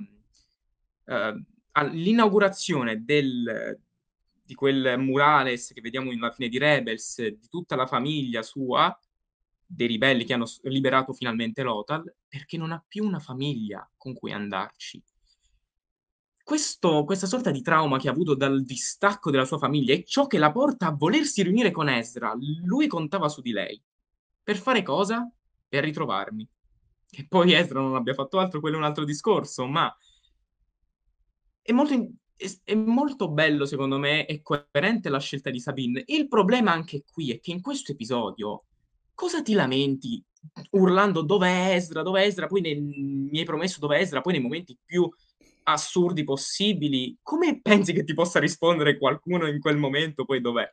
eh, all'inaugurazione del, di quel murales che vediamo alla fine di Rebels, di tutta la famiglia sua, dei ribelli che hanno s- liberato finalmente Lothal, perché non ha più una famiglia con cui andarci. Questo- questa sorta di trauma che ha avuto dal distacco della sua famiglia è ciò che la porta a volersi riunire con Ezra. Lui contava su di lei. Per fare cosa? Per ritrovarmi. Che poi Ezra non abbia fatto altro, quello è un altro discorso, ma è molto, in- è, è molto bello, secondo me, e coerente la scelta di Sabine. Il problema anche qui è che in questo episodio cosa ti lamenti urlando dov'è Ezra, dov'è Ezra, poi nei- mi hai promesso dov'è Ezra, poi nei momenti più assurdi possibili, come pensi che ti possa rispondere qualcuno in quel momento, poi dov'è?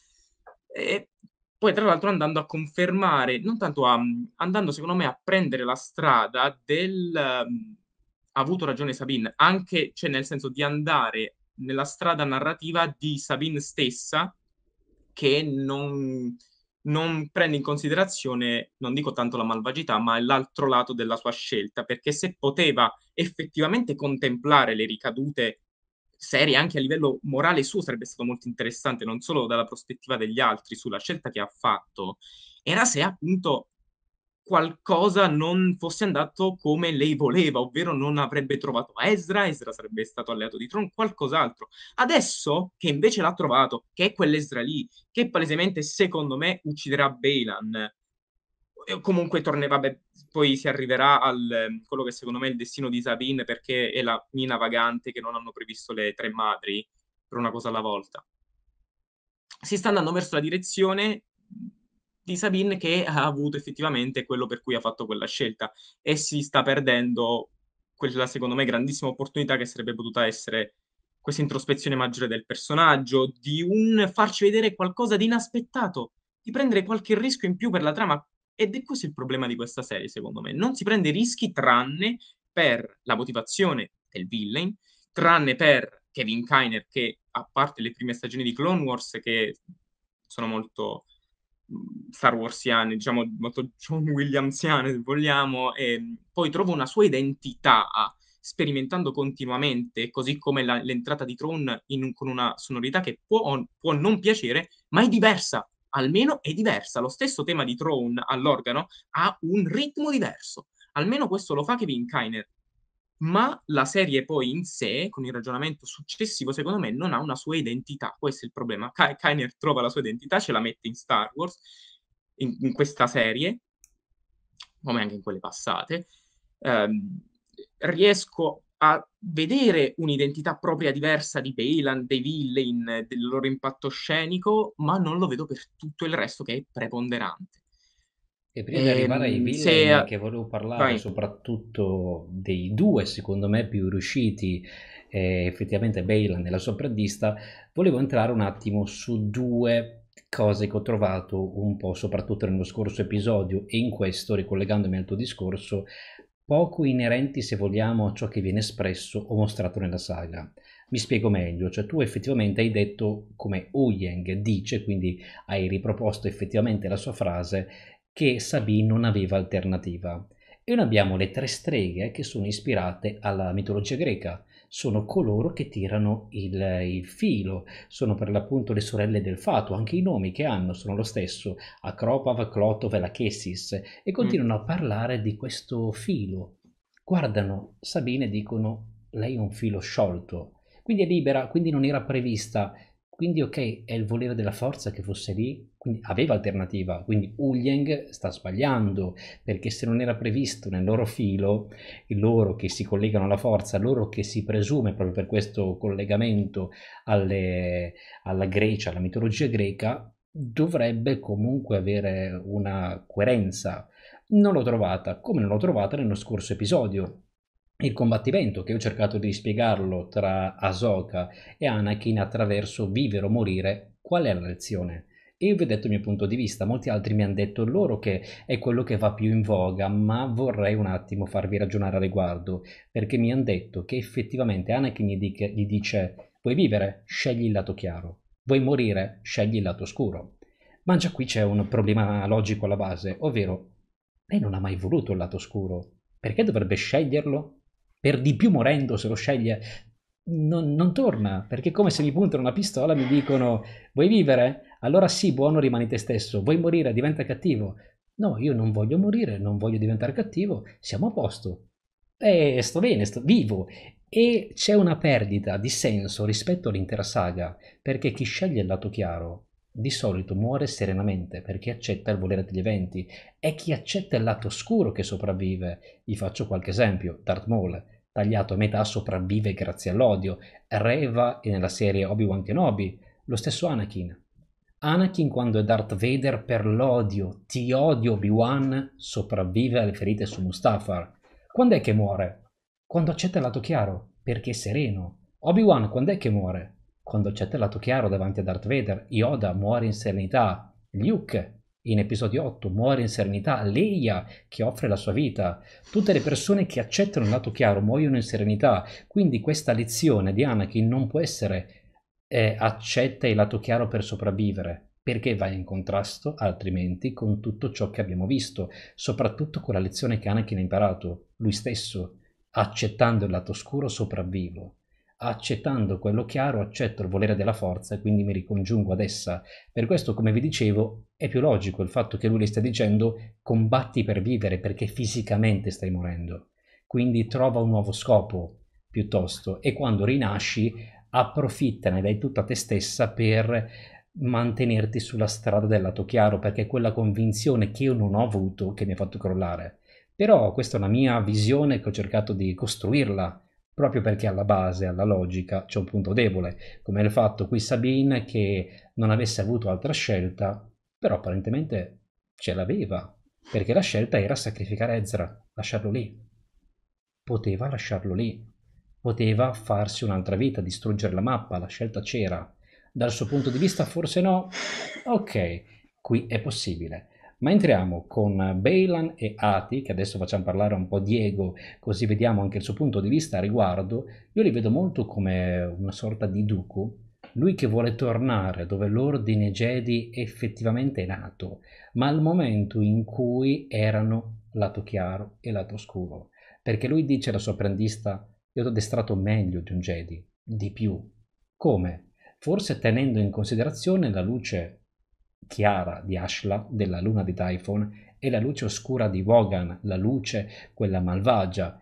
E poi tra l'altro andando a confermare, non tanto a, andando secondo me a prendere la strada del um, ha avuto ragione Sabine, anche, cioè nel senso di andare nella strada narrativa di Sabine stessa, che non, non prende in considerazione, non dico tanto la malvagità, ma l'altro lato della sua scelta, perché se poteva effettivamente contemplare le ricadute serie anche a livello morale suo, sarebbe stato molto interessante, non solo dalla prospettiva degli altri, sulla scelta che ha fatto, era se appunto qualcosa non fosse andato come lei voleva, ovvero non avrebbe trovato Ezra, Ezra sarebbe stato alleato di Tron, qualcos'altro. Adesso che invece l'ha trovato, che è quell'Ezra lì, che palesemente secondo me ucciderà Baylan, e comunque tornerà, beh, poi si arriverà al eh, quello che secondo me è il destino di Sabine, perché è la mina vagante che non hanno previsto le tre madri, per una cosa alla volta. Si sta andando verso la direzione di Sabine, che ha avuto effettivamente quello per cui ha fatto quella scelta, e si sta perdendo quella, secondo me, grandissima opportunità che sarebbe potuta essere questa introspezione maggiore del personaggio, di un farci vedere qualcosa di inaspettato, di prendere qualche rischio in più per la trama. Ed è questo il problema di questa serie, secondo me. Non si prende rischi tranne per la motivazione del villain, tranne per Kevin Kiner, che a parte le prime stagioni di Clone Wars, che sono molto mh, Star Warsiane, diciamo molto John Williamsiane, se vogliamo, e poi trova una sua identità sperimentando continuamente, così come la- l'entrata di Tron in un- con una sonorità che può, può non piacere, ma è diversa. Almeno è diversa. Lo stesso tema di Throne all'organo ha un ritmo diverso. Almeno questo lo fa Kevin Kiner. ma la serie poi in sé, con il ragionamento successivo, secondo me non ha una sua identità. Questo è il problema. Ka- Kainer trova la sua identità, ce la mette in Star Wars, in, in questa serie, come anche in quelle passate. Ehm, riesco a vedere un'identità propria diversa di Baylan, dei villain, del loro impatto scenico, ma non lo vedo per tutto il resto, che è preponderante. E prima di arrivare ai Ehm, villain, se... che volevo parlare Vai. soprattutto dei due, secondo me, più riusciti, eh, effettivamente Baylan e la sua apprendiста, volevo entrare un attimo su due cose che ho trovato un po', soprattutto nello scorso episodio e in questo, ricollegandomi al tuo discorso, poco inerenti, se vogliamo, a ciò che viene espresso o mostrato nella saga. Mi spiego meglio, cioè tu effettivamente hai detto, come Huyang dice, quindi hai riproposto effettivamente la sua frase, che Sabine non aveva alternativa. E noi abbiamo le tre streghe che sono ispirate alla mitologia greca, sono coloro che tirano il, il filo, sono per l'appunto le sorelle del fato, anche i nomi che hanno sono lo stesso, Acropav, Clotov e Lachesis, e continuano Mm. a parlare di questo filo. Guardano Sabine e dicono, lei è un filo sciolto, quindi è libera, quindi non era prevista. Quindi ok, è il volere della forza che fosse lì, quindi aveva alternativa, quindi Huyang sta sbagliando, perché se non era previsto nel loro filo, loro che si collegano alla forza, loro che si presume proprio per questo collegamento alle, alla Grecia, alla mitologia greca, dovrebbe comunque avere una coerenza. Non l'ho trovata, come non l'ho trovata nello scorso episodio. Il combattimento, che ho cercato di spiegarlo tra Ahsoka e Anakin attraverso vivere o morire, qual è la lezione? E io vi ho detto il mio punto di vista, molti altri mi hanno detto loro che è quello che va più in voga, ma vorrei un attimo farvi ragionare a riguardo, perché mi hanno detto che effettivamente Anakin gli, dice, gli dice vuoi vivere? Scegli il lato chiaro, vuoi morire? Scegli il lato scuro. Ma già qui c'è un problema logico alla base, ovvero lei non ha mai voluto il lato scuro, perché dovrebbe sceglierlo? Per di più morendo, se lo sceglie, non, non torna, perché è come se mi puntano una pistola e mi dicono vuoi vivere? Allora sì, buono, rimani te stesso. Vuoi morire? Diventa cattivo. No, io non voglio morire, non voglio diventare cattivo, siamo a posto. E sto bene, sto vivo. E c'è una perdita di senso rispetto all'intera saga, perché chi sceglie il lato chiaro di solito muore serenamente perché accetta il volere degli eventi. È chi accetta il lato oscuro che sopravvive. Vi faccio qualche esempio. Darth Maul, tagliato a metà, sopravvive grazie all'odio. Reva e nella serie Obi-Wan Kenobi, lo stesso Anakin. Anakin, quando è Darth Vader, per l'odio, ti odio Obi-Wan, sopravvive alle ferite su Mustafar. Quando è che muore? Quando accetta il lato chiaro, perché è sereno. Obi-Wan quando è che muore? Quando accetta il lato chiaro davanti a Darth Vader. Yoda muore in serenità. Luke in episodio otto muore in serenità. Leia che offre la sua vita. Tutte le persone che accettano il lato chiaro muoiono in serenità. Quindi questa lezione di Anakin non può essere eh, accetta il lato chiaro per sopravvivere, perché va in contrasto altrimenti con tutto ciò che abbiamo visto, soprattutto con la lezione che Anakin ha imparato lui stesso. Accettando il lato scuro sopravvivo, accettando quello chiaro accetto il volere della forza e quindi mi ricongiungo ad essa. Per questo, come vi dicevo, è più logico il fatto che lui le stia dicendo combatti per vivere perché fisicamente stai morendo, quindi trova un nuovo scopo piuttosto, e quando rinasci approfittane, dai tutto a te stessa per mantenerti sulla strada del lato chiaro, perché è quella convinzione che io non ho avuto che mi ha fatto crollare. Però questa è una mia visione che ho cercato di costruirla, proprio perché alla base, alla logica, c'è un punto debole, come il fatto qui Sabine che non avesse avuto altra scelta, però apparentemente ce l'aveva, perché la scelta era sacrificare Ezra, lasciarlo lì. Poteva lasciarlo lì, poteva farsi un'altra vita, distruggere la mappa, la scelta c'era. Dal suo punto di vista forse no? Ok, qui è possibile. Ma entriamo con Baylan e Ati, che adesso facciamo parlare un po' Diego, così vediamo anche il suo punto di vista a riguardo. Io li vedo molto come una sorta di Dooku, lui che vuole tornare dove l'ordine Jedi effettivamente è nato, ma al momento in cui erano lato chiaro e lato scuro. Perché lui dice alla sua apprendista, io ti ho addestrato meglio di un Jedi, di più. Come? Forse tenendo in considerazione la luce chiara di Ashla, della luna di Typhon, e la luce oscura di Wogan, la luce, quella malvagia.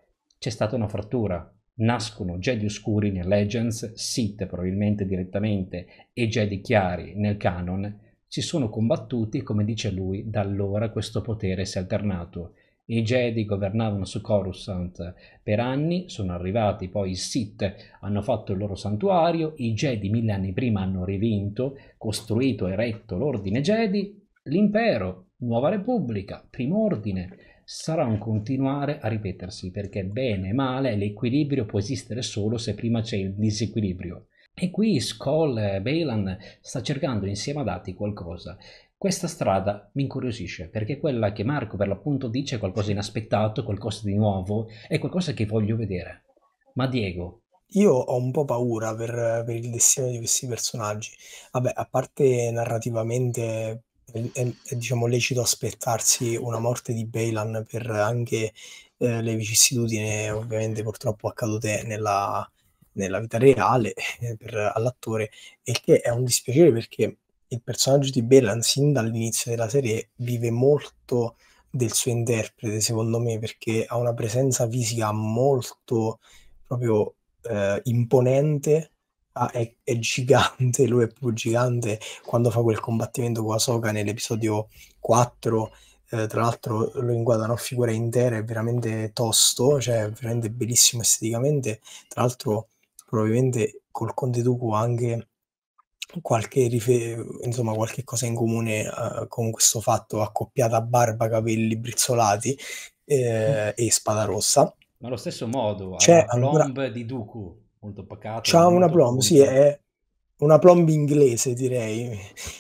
c'è stata una frattura. Nascono Jedi oscuri nel Legends, Sith probabilmente direttamente e Jedi chiari nel canon. Si sono combattuti e, come dice lui, da allora questo potere si è alternato. I Jedi governavano su Coruscant per anni, sono arrivati poi i Sith, hanno fatto il loro santuario, i Jedi mille anni prima hanno rivinto, costruito e eretto l'ordine Jedi, l'impero, nuova repubblica, primo ordine. Sarà un continuare a ripetersi, perché bene e male l'equilibrio può esistere solo se prima c'è il disequilibrio. E qui Skoll e Baylan sta cercando insieme ad Ati qualcosa. Questa strada mi incuriosisce, perché è quella che Marco per l'appunto dice qualcosa di inaspettato, qualcosa di nuovo, è qualcosa che voglio vedere. Ma Diego? Io ho un po' paura per, per il destino di questi personaggi. Vabbè, a parte narrativamente è, è- è, diciamo lecito aspettarsi una morte di Baylan per anche eh, le vicissitudini ovviamente purtroppo accadute nella, nella vita reale eh, per, all'attore, e che è un dispiacere perché il personaggio di Baylan sin dall'inizio della serie vive molto del suo interprete, secondo me, perché ha una presenza fisica molto proprio eh, imponente. Ah, è, è gigante, lui è proprio gigante quando fa quel combattimento con Ahsoka nell'episodio quattro. Eh, tra l'altro lo inquadrano a figura intera, è veramente tosto, cioè è veramente bellissimo esteticamente. Tra l'altro probabilmente col Conte Dooku ha anche qualche, rife- insomma, qualche cosa in comune eh, con questo fatto, accoppiata barba, capelli brizzolati eh, e spada rossa. Ma allo stesso modo, ha C'è la ancora, plomb di Dooku, molto pacato, c'ha una molto plomb, sì, punto. è una plomb inglese, direi.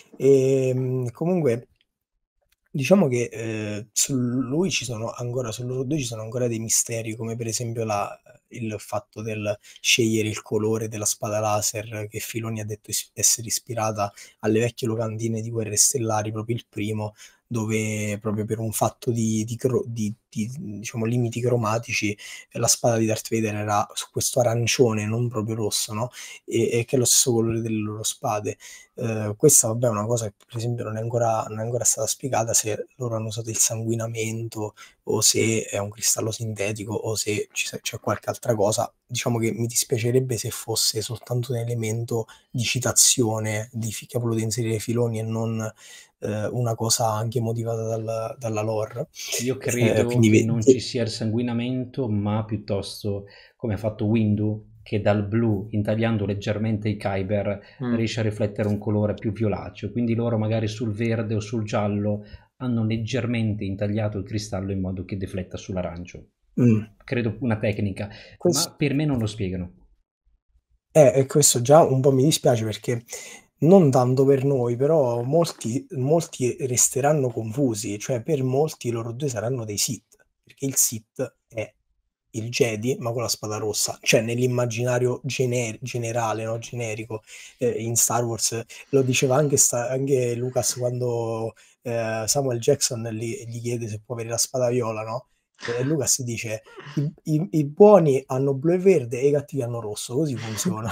E mh, comunque, diciamo che eh, su lui ci sono ancora, su loro due ci sono ancora dei misteri, come per esempio la- il fatto del scegliere il colore della spada laser, che Filoni ha detto is- essere ispirata alle vecchie locandine di Guerre Stellari, proprio il primo, dove proprio per un fatto di, di cro- di- di, diciamo, limiti cromatici eh, la spada di Darth Vader era su questo arancione, non proprio rosso, no? E, e che è lo stesso colore delle loro spade. Eh, questa, vabbè, è una cosa che per esempio non è ancora, non è ancora stata spiegata, se loro hanno usato il sanguinamento o se è un cristallo sintetico o se ci sa- c'è qualche altra cosa. Diciamo che mi dispiacerebbe se fosse soltanto un elemento di citazione di fi- che ha voluto inserire Filoni e non eh, una cosa anche motivata dal- dalla lore. Io Eh, credo quindi che ve- non ci ve- sia il sanguinamento, ma piuttosto, come ha fatto Windu, che dal blu, intagliando leggermente i Kyber, Mm. riesce a riflettere un colore più violaceo. Quindi loro magari sul verde o sul giallo hanno leggermente intagliato il cristallo in modo che defletta sull'arancio. mm, Credo una tecnica, questo, ma per me non lo spiegano. Eh, e questo già un po' mi dispiace perché non tanto per noi, però molti, molti resteranno confusi, cioè per molti loro due saranno dei Sith, perché il Sith è il Jedi, ma con la spada rossa, cioè nell'immaginario gener- generale, no? Generico, eh, in Star Wars, lo diceva anche, sta- anche Lucas quando eh, Samuel Jackson gli, gli chiede se può avere la spada viola, no? E Lucas dice i, i- i buoni hanno blu e verde e i cattivi hanno rosso, così funziona.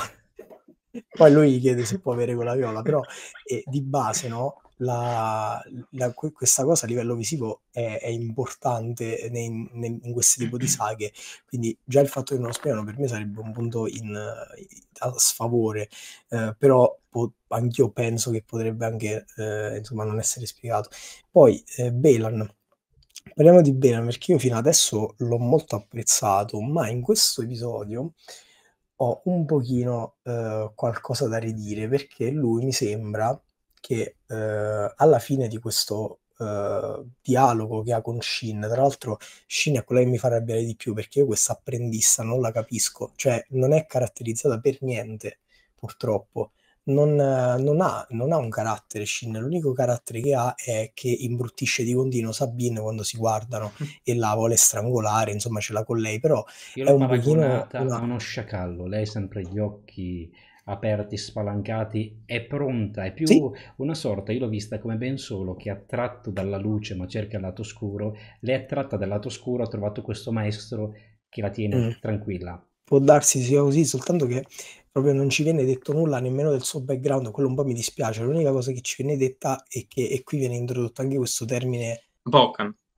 Poi lui gli chiede se può avere quella viola, però eh, di base, no? La, la- que- questa cosa a livello visivo è, è importante nei- nei- in questo tipo di saghe, quindi già il fatto che non lo spiegano per me sarebbe un punto in, a sfavore, eh, però po- anch'io penso che potrebbe anche eh, insomma non essere spiegato. Poi eh, Baylan, parliamo di Baylan perché io fino adesso l'ho molto apprezzato, ma in questo episodio ho un pochino eh, qualcosa da ridire perché lui mi sembra che eh, alla fine di questo eh, dialogo che ha con Shin, tra l'altro Shin è quella che mi fa arrabbiare di più perché io questa apprendista non la capisco, cioè non è caratterizzata per niente, purtroppo. Non, eh, non ha, non ha un carattere Shin, l'unico carattere che ha è che imbruttisce di continuo Sabine quando si guardano e la vuole strangolare, insomma ce l'ha con lei, però Io è l'ho un pochino paragonata a una... uno sciacallo, lei ha sempre gli occhi aperti, spalancati, è pronta, è Sì, più una sorta, io l'ho vista come Ben Solo che è attratto dalla luce ma cerca il lato oscuro, lei è attratta dal lato oscuro, ha trovato questo maestro che la mm, tiene tranquilla. può darsi sia così, soltanto che proprio non ci viene detto nulla nemmeno del suo background, quello un po' mi dispiace. L'unica cosa che ci viene detta è che, e qui viene introdotto anche questo termine Bokan.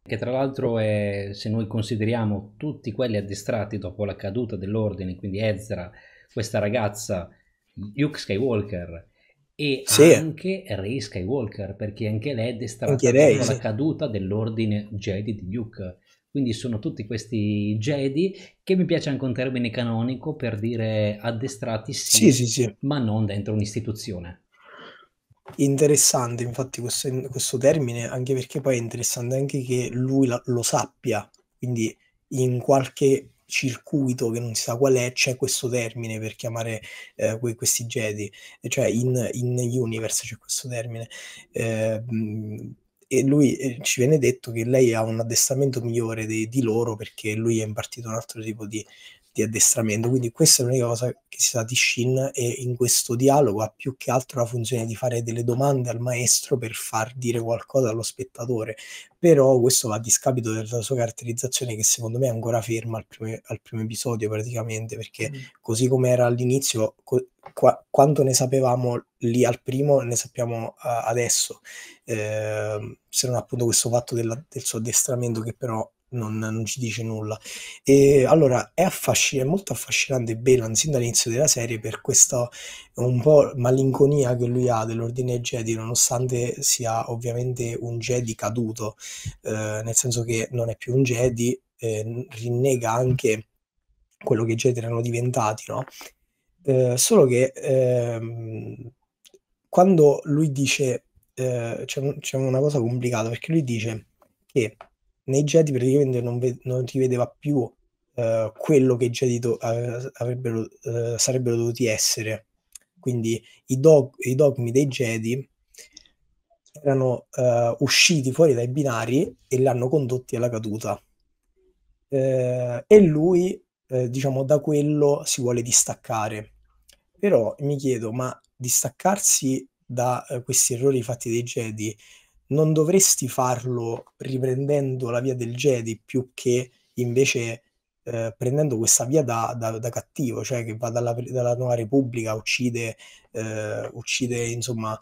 Che tra l'altro è, se noi consideriamo tutti quelli addestrati dopo la caduta dell'ordine, quindi Ezra, questa ragazza, Luke Skywalker e Sì, anche Rey Skywalker, perché anche lei è anche addestrata lei, dopo la sì. caduta dell'ordine Jedi di Luke. Quindi sono tutti questi Jedi che mi piace anche un termine canonico per dire addestrati Sì, sì, sì, sì. ma non dentro un'istituzione. Interessante infatti questo, questo termine, anche perché poi è interessante anche che lui la- lo sappia, quindi in qualche circuito che non si sa qual è c'è questo termine per chiamare eh, que- questi Jedi, e cioè in, in universe c'è questo termine. Eh, mh, e lui eh, ci viene detto che lei ha un addestramento migliore di, di loro perché lui ha impartito un altro tipo di, di addestramento. Quindi questa è l'unica cosa che si sa di Shin, e in questo dialogo ha più che altro la funzione di fare delle domande al maestro per far dire qualcosa allo spettatore. Però questo va a discapito della sua caratterizzazione, che secondo me è ancora ferma al primo, al primo episodio praticamente, perché Mm. così come era all'inizio, co- qua- quanto ne sapevamo lì al primo ne sappiamo uh, adesso, eh, se non appunto questo fatto della- del suo addestramento che però non, non ci dice nulla. E allora è, affasc- è molto affascinante Belan sin dall'inizio della serie per questa un po' malinconia che lui ha dell'ordine Jedi, nonostante sia ovviamente un Jedi caduto, eh, nel senso che non è più un Jedi, eh, rinnega anche quello che i Jedi erano diventati, no? Eh, solo che ehm, quando lui dice, eh, c'è, un- c'è una cosa complicata, perché lui dice che nei Jedi praticamente non, ve- non ti vedeva più eh, quello che i Jedi do- ave- avrebbero, eh, sarebbero dovuti essere. Quindi i, dog- i dogmi dei Jedi erano eh, usciti fuori dai binari e li hanno condotti alla caduta. Eh, e lui, eh, diciamo, da quello si vuole distaccare. Però mi chiedo, ma distaccarsi da eh, questi errori fatti dai Jedi, non dovresti farlo riprendendo la via del Jedi più che invece eh, prendendo questa via da, da- da cattivo, cioè che va dalla, dalla Nuova Repubblica, uccide, eh, uccide insomma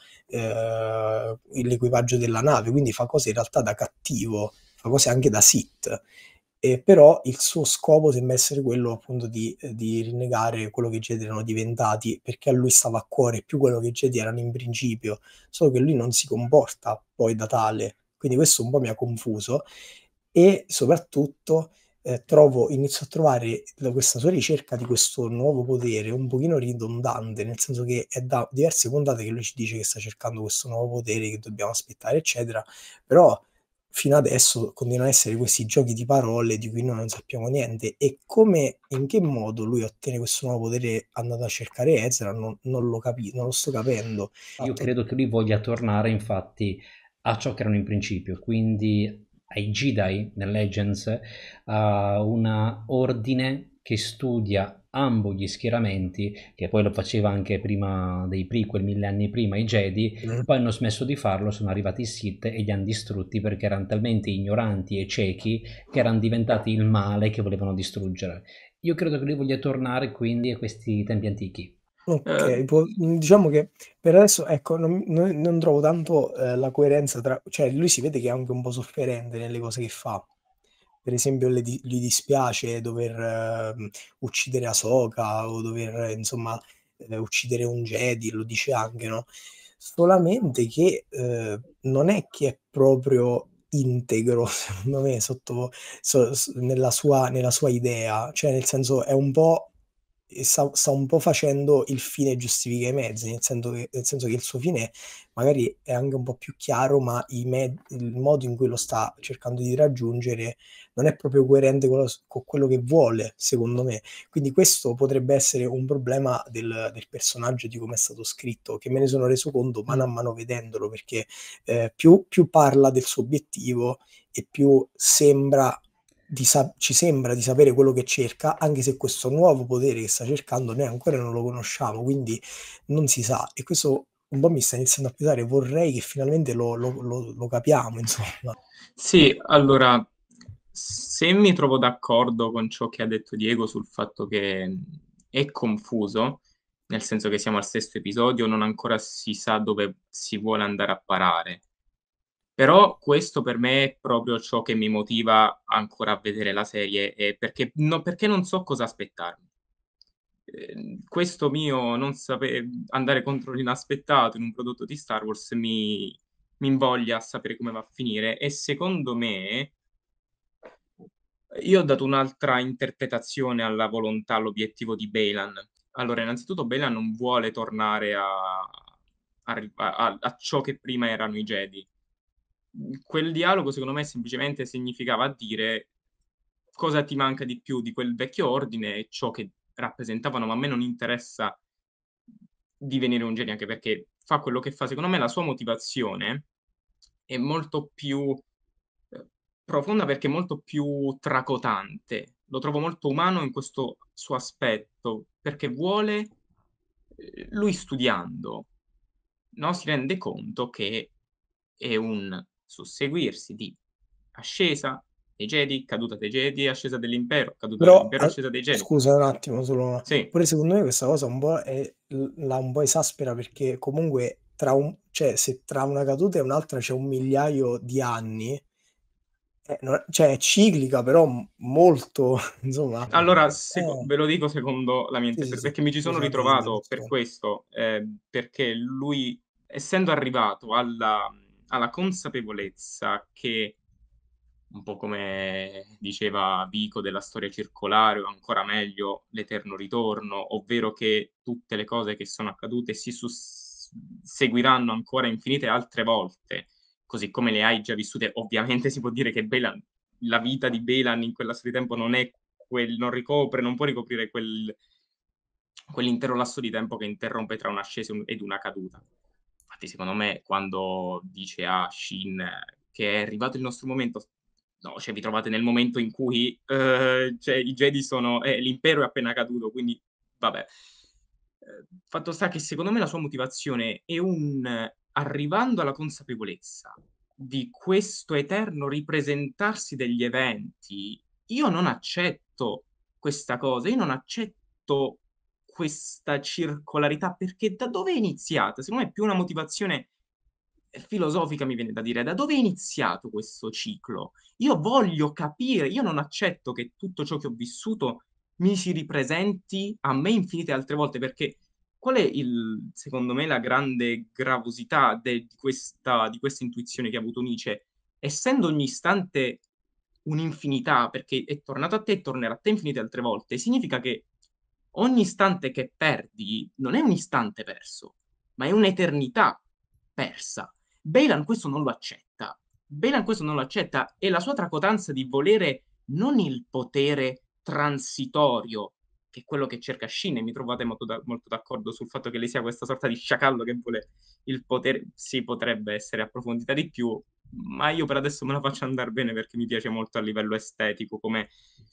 eh, l'equipaggio della nave, quindi fa cose in realtà da cattivo, fa cose anche da Sith. E però il suo scopo sembra essere quello appunto di, di rinnegare quello che i Jedi erano diventati, perché a lui stava a cuore più quello che i Jedi erano in principio, solo che lui non si comporta poi da tale. Quindi questo un po' mi ha confuso, e soprattutto eh, trovo, inizio a trovare la- questa sua ricerca di questo nuovo potere un pochino ridondante, nel senso che è da diverse puntate che lui ci dice che sta cercando questo nuovo potere, che dobbiamo aspettare, eccetera, però fino adesso continuano ad essere questi giochi di parole di cui noi non sappiamo niente, e come, in che modo lui ottiene questo nuovo potere andando a cercare Ezra non, non lo capi- non lo sto capendo. Io Fatto- credo che lui voglia tornare infatti a ciò che erano in principio, quindi ai Jedi nel Legends, a una ordine che studia ambo gli schieramenti, che poi lo faceva anche prima dei prequel, mille anni prima i Jedi, Mm. poi hanno smesso di farlo, sono arrivati i Sith e li hanno distrutti perché erano talmente ignoranti e ciechi che erano diventati il male che volevano distruggere. Io credo che lui voglia tornare quindi a questi tempi antichi. Ok, Eh, può- diciamo che per adesso ecco, non, non- non trovo tanto eh, la coerenza tra, cioè lui si vede che è anche un po' sofferente nelle cose che fa. Per esempio, le di- gli dispiace dover ehm, uccidere Ahsoka o dover, insomma, eh, uccidere un Jedi, lo dice anche, no? Solamente che eh, non è che è proprio integro, secondo me, sotto, so- s- nella sua, nella sua idea, cioè nel senso è un po', sta, sta un po' facendo il fine giustifica i mezzi, nel senso che, nel senso che il suo fine magari è anche un po' più chiaro, ma i me- il modo in cui lo sta cercando di raggiungere non è proprio coerente con, lo- con quello che vuole, secondo me. Quindi questo potrebbe essere un problema del, del personaggio, di come è stato scritto, che me ne sono reso conto mano a mano vedendolo, perché eh, più, più parla del suo obiettivo e più sembra di sa- ci sembra di sapere quello che cerca, anche se questo nuovo potere che sta cercando noi ancora non lo conosciamo, quindi non si sa. E questo un po' mi sta iniziando a pesare, vorrei che finalmente lo, lo- lo- lo capiamo, insomma. Sì, allora, se mi trovo d'accordo con ciò che ha detto Diego sul fatto che mh, è confuso, nel senso che siamo al sesto episodio, non ancora si sa dove si vuole andare a parare. Però questo per me è proprio ciò che mi motiva ancora a vedere la serie, e perché, no, perché non so cosa aspettarmi. Eh, questo mio non sapere andare contro l'inaspettato in un prodotto di Star Wars mi, mi invoglia a sapere come va a finire, e secondo me io ho dato un'altra interpretazione alla volontà, all'obiettivo di Baylan. Allora, innanzitutto Baylan non vuole tornare a, a, a- a ciò che prima erano i Jedi. Quel dialogo, secondo me, semplicemente significava dire cosa ti manca di più di quel vecchio ordine e ciò che rappresentavano, ma a me non interessa divenire un Jedi, anche perché fa quello che fa. Secondo me la sua motivazione è molto più eh, profonda, perché è molto più tracotante. Lo trovo molto umano in questo suo aspetto, perché vuole, eh, lui studiando, no, si rende conto che è un susseguirsi di ascesa dei Jedi, caduta dei Jedi, ascesa dell'impero, caduta Però, dell'impero, ah, ascesa dei Jedi. scusa un attimo, solo una- Sì, pure secondo me questa cosa un po' è, la un po' esaspera, perché comunque tra un, cioè, se tra una caduta e un'altra c'è un migliaio di anni, eh, non- cioè è ciclica, però m- molto, insomma. allora seco- Eh, ve lo dico secondo la mia sì, sì, interpretazione, sì, perché mi ci sono scusa la ritrovato per interruzione. questo, eh, perché lui, essendo arrivato alla, alla consapevolezza che, un po' come diceva Vico della storia circolare, o ancora meglio l'eterno ritorno, ovvero che tutte le cose che sono accadute si susseguiranno ancora infinite altre volte, così come le hai già vissute. Ovviamente si può dire che Baylan, la vita di Baylan in quel lasso di tempo non è quel, non ricopre, non può ricoprire quel, quell'intero lasso di tempo che interrompe tra un'ascesa ed una caduta. Infatti, secondo me, quando dice a Shin che è arrivato il nostro momento, no, cioè vi trovate nel momento in cui eh, cioè, i Jedi sono, eh, l'impero è appena caduto, quindi vabbè. Eh, fatto sta che secondo me la sua motivazione è un eh, arrivando alla consapevolezza di questo eterno ripresentarsi degli eventi. Io non accetto questa cosa, io non accetto questa circolarità, perché da dove è iniziata? Secondo me è più una motivazione filosofica, mi viene da dire, da dove è iniziato questo ciclo? Io voglio capire, io non accetto che tutto ciò che ho vissuto mi si ripresenti a me infinite altre volte, perché qual è il, secondo me, la grande gravosità de- di questa, di questa intuizione che ha avuto Nietzsche? Essendo ogni istante un'infinità, perché è tornato a te e tornerà a te infinite altre volte, significa che ogni istante che perdi non è un istante perso, ma è un'eternità persa. Baylan questo non lo accetta. Baylan questo non lo accetta, e la sua tracotanza di volere non il potere transitorio, che è quello che cerca Shin, e mi trovate molto, da- molto d'accordo sul fatto che lei sia questa sorta di sciacallo che vuole il potere. Si potrebbe essere approfondita di più, ma io per adesso me la faccio andare bene perché mi piace molto a livello estetico, come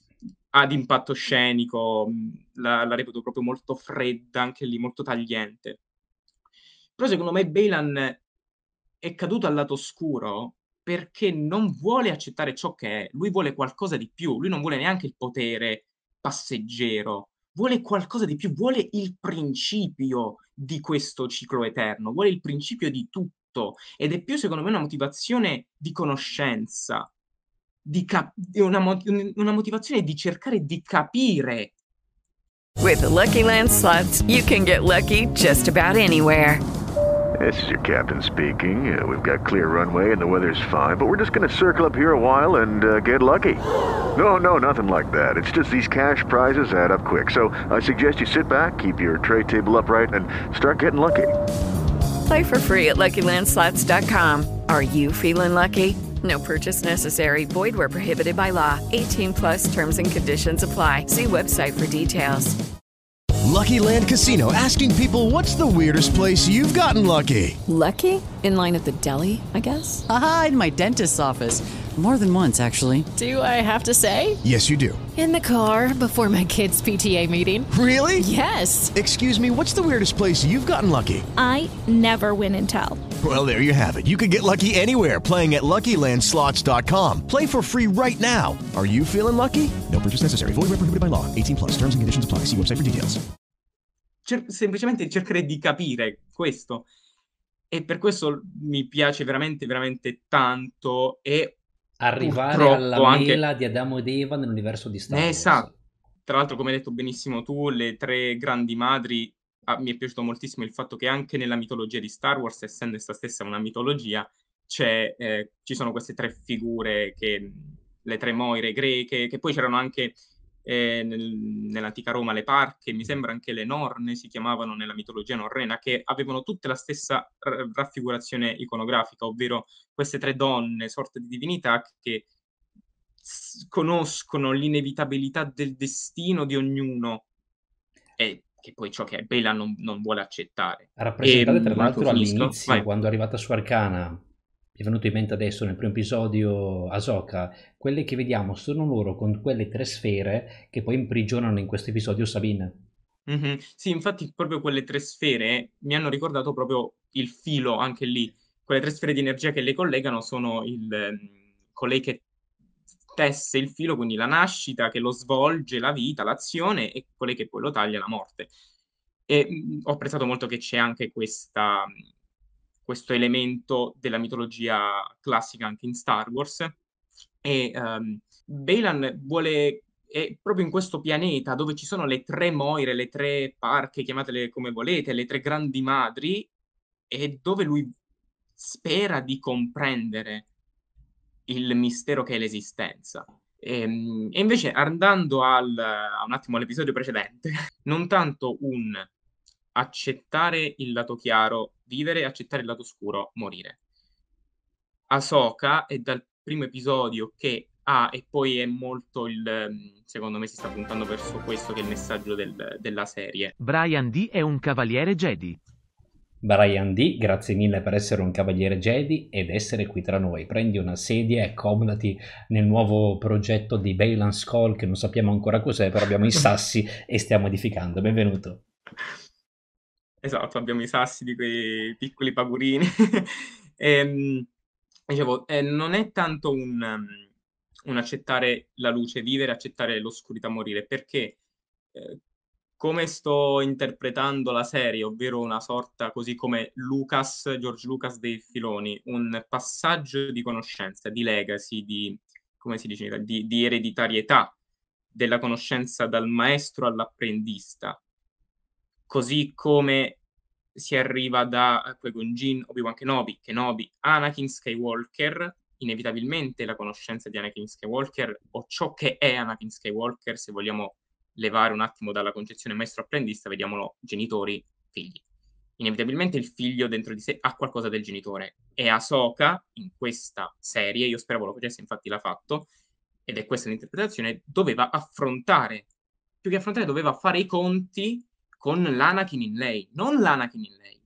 ad impatto scenico, mh, la, la reputo proprio molto fredda, anche lì molto tagliente. Però secondo me Baylan è caduto al lato oscuro perché non vuole accettare ciò che è. Lui vuole qualcosa di più, lui non vuole neanche il potere passeggero, vuole qualcosa di più, vuole il principio di questo ciclo eterno, vuole il principio di tutto, ed è più, secondo me, una motivazione di conoscenza, di cap- di una, mo- una motivazione di cercare di capire. With the Lucky Land Slots, you can get lucky just about anywhere. This is your captain speaking. Uh, we've got clear runway and the weather's fine, but we're just going to circle up here a while and uh, get lucky. No, no, nothing like that. It's just these cash prizes add up quick. So I suggest you sit back, keep your tray table upright, and start getting lucky. Play for free at Lucky Land Slots dot com. Are you feeling lucky? No purchase necessary. Void where prohibited by law. eighteen plus terms and conditions apply. See website for details. Lucky Land Casino, asking people, what's the weirdest place you've gotten lucky? Lucky? In line at the deli, I guess? Aha, in my dentist's office. More than once, actually. Do I have to say? Yes, you do. In the car before my kids' P T A meeting. Really? Yes. Excuse me, what's the weirdest place you've gotten lucky? I never win and tell. Well, there you have it. You can get lucky anywhere, playing at Lucky Land Slots dot com. Play for free right now. Are you feeling lucky? No purchase necessary. Void where prohibited by law. eighteen plus. Terms and conditions apply. See website for details. Cer- semplicemente cercare di capire questo. E per questo mi piace veramente, veramente tanto e Arrivare alla purtroppo anche... mela di Adamo ed Eva nell'universo di Star Eh, Wars. esatto. Tra l'altro, come hai detto benissimo tu, le tre grandi madri, ah, mi è piaciuto moltissimo il fatto che anche nella mitologia di Star Wars, essendo essa stessa una mitologia, c'è, eh, ci sono queste tre figure, che, le tre Moire greche, che poi c'erano anche eh, nel- nell'antica Roma le Parche, mi sembra anche le Norne si chiamavano nella mitologia norrena, che avevano tutte la stessa r- raffigurazione iconografica, ovvero queste tre donne, sorte di divinità, che s- conoscono l'inevitabilità del destino di ognuno e che poi ciò che Bela non, non vuole accettare. E Rappresentate tra mh, un attimo l'altro finisco, all'inizio, vai. quando è arrivata su Arcana, mi è venuto in mente adesso nel primo episodio Ahsoka, quelle che vediamo sono loro con quelle tre sfere che poi imprigionano in questo episodio Sabine. Mhm. Sì, infatti proprio quelle tre sfere mi hanno ricordato proprio il filo, anche lì. Quelle tre sfere di energia che le collegano sono il, ehm, colei che tesse il filo, quindi la nascita, che lo svolge, la vita, l'azione, e colei che poi lo taglia, la morte. E mh, ho apprezzato molto che c'è anche questa, mh, questo elemento della mitologia classica anche in Star Wars. E ehm, Bailan vuole, è proprio in questo pianeta dove ci sono le tre Moire, le tre Parche, chiamatele come volete, le tre grandi madri, e dove lui spera di comprendere il mistero che è l'esistenza. Ehm, E, invece, andando al, a un attimo all'episodio precedente, non tanto un accettare il lato chiaro, vivere, accettare il lato scuro, morire. Ahsoka è dal primo episodio che ha, e poi è molto il, ehm, secondo me si sta puntando verso questo che è il messaggio del- della serie. Brian D. è un cavaliere Jedi. Brian D, grazie mille per essere un cavaliere Jedi ed essere qui tra noi. Prendi una sedia e accomodati nel nuovo progetto di Baylan Skoll, che non sappiamo ancora cos'è, però abbiamo i sassi e stiamo edificando. Benvenuto. Esatto, abbiamo i sassi di quei piccoli pagurini. Ehm, dicevo, eh, non è tanto un, um, un accettare la luce, vivere, accettare l'oscurità, morire, perché eh, come sto interpretando la serie, ovvero una sorta, così come Lucas, George Lucas dei filoni, un passaggio di conoscenza, di legacy, di, come si dice, in italiano, di, di ereditarietà della conoscenza dal maestro all'apprendista, così come si arriva da Qui-Gon Jinn, Obi-Wan Kenobi, Kenobi, Anakin Skywalker, inevitabilmente la conoscenza di Anakin Skywalker, o ciò che è Anakin Skywalker, se vogliamo levare un attimo dalla concezione maestro-apprendista, vediamolo genitori, figli. Inevitabilmente il figlio dentro di sé ha qualcosa del genitore. E Ahsoka, in questa serie, io speravo lo facesse, infatti l'ha fatto, ed è questa l'interpretazione, doveva affrontare, più che affrontare, doveva fare i conti con l'Anakin in lei, non l'Anakin in lei,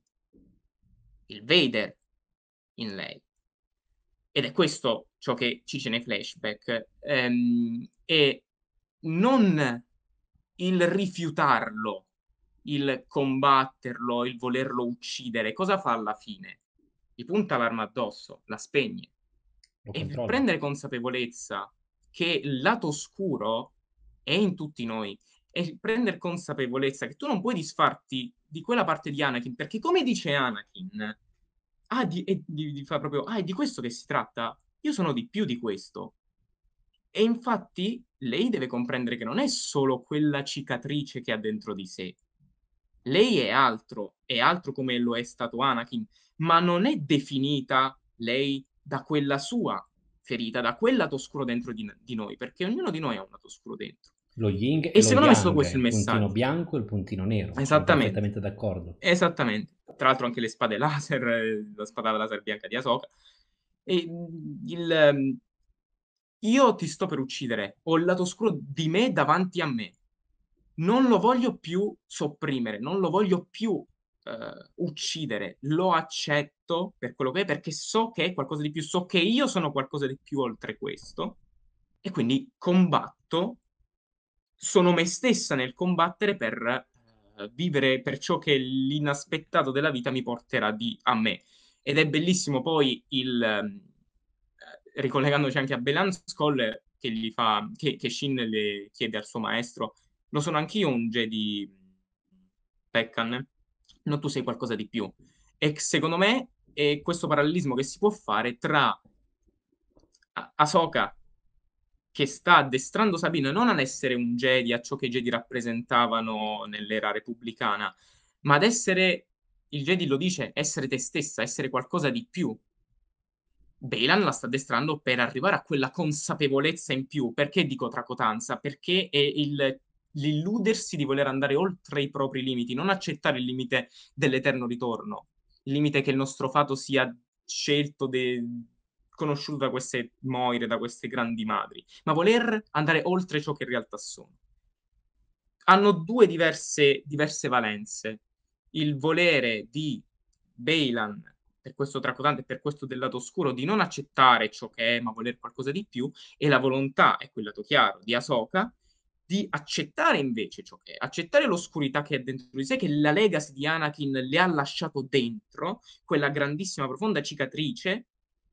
il Vader in lei. Ed è questo ciò che ci dice nei flashback. Ehm, e non il rifiutarlo, il combatterlo, il volerlo uccidere. Cosa fa alla fine? Gli punta l'arma addosso, la spegne. Lo E per controlla. prendere consapevolezza che il lato oscuro è in tutti noi, e prendere consapevolezza che tu non puoi disfarti di quella parte di Anakin, perché come dice Anakin, ah, di, e di, di fa proprio, ah, è di questo che si tratta, io sono di più di questo. E infatti lei deve comprendere che non è solo quella cicatrice che ha dentro di sé. Lei è altro, è altro come lo è stato Anakin, ma non è definita lei da quella sua ferita, da quel lato oscuro dentro di, di noi, perché ognuno di noi ha un lato oscuro dentro. Lo yin E e lo secondo me è stato yang, questo il il puntino messaggio. bianco e il puntino nero. Sono Esattamente. perfettamente d'accordo. Esattamente. Tra l'altro anche le spade laser, eh, la spada laser bianca di Ahsoka. E mm, il, ehm, io ti sto per uccidere, ho il lato oscuro di me davanti a me. Non lo voglio più sopprimere, non lo voglio più eh, uccidere, lo accetto per quello che è, perché so che è qualcosa di più, so che io sono qualcosa di più oltre questo, e quindi combatto, sono me stessa nel combattere per eh, vivere per ciò che l'inaspettato della vita mi porterà di, a me. Ed è bellissimo poi il, ehm, eh, ricollegandoci anche a Belan Skoll, che, gli fa, che, che Shin le chiede al suo maestro, lo sono anch'io un Jedi, Peccan? No, tu sei qualcosa di più. E secondo me e questo parallelismo che si può fare tra Ahsoka che sta addestrando Sabine non ad essere un Jedi, a ciò che i Jedi rappresentavano nell'era repubblicana, ma ad essere, il Jedi lo dice, essere te stessa, essere qualcosa di più. Baylan la sta addestrando per arrivare a quella consapevolezza in più. Perché dico tracotanza? Perché è il, l'illudersi di voler andare oltre i propri limiti, non accettare il limite dell'eterno ritorno, il limite che il nostro fato sia scelto, de, conosciuto da queste moire, da queste grandi madri, ma voler andare oltre ciò che in realtà sono. Hanno due diverse, diverse valenze. Il volere di Baylan, per questo tracotante e per questo del lato oscuro, di non accettare ciò che è, ma voler qualcosa di più, e la volontà, è quel lato chiaro, di Ahsoka, di accettare invece ciò che è, accettare l'oscurità che è dentro di sé, che la legacy di Anakin le ha lasciato dentro, quella grandissima, profonda cicatrice,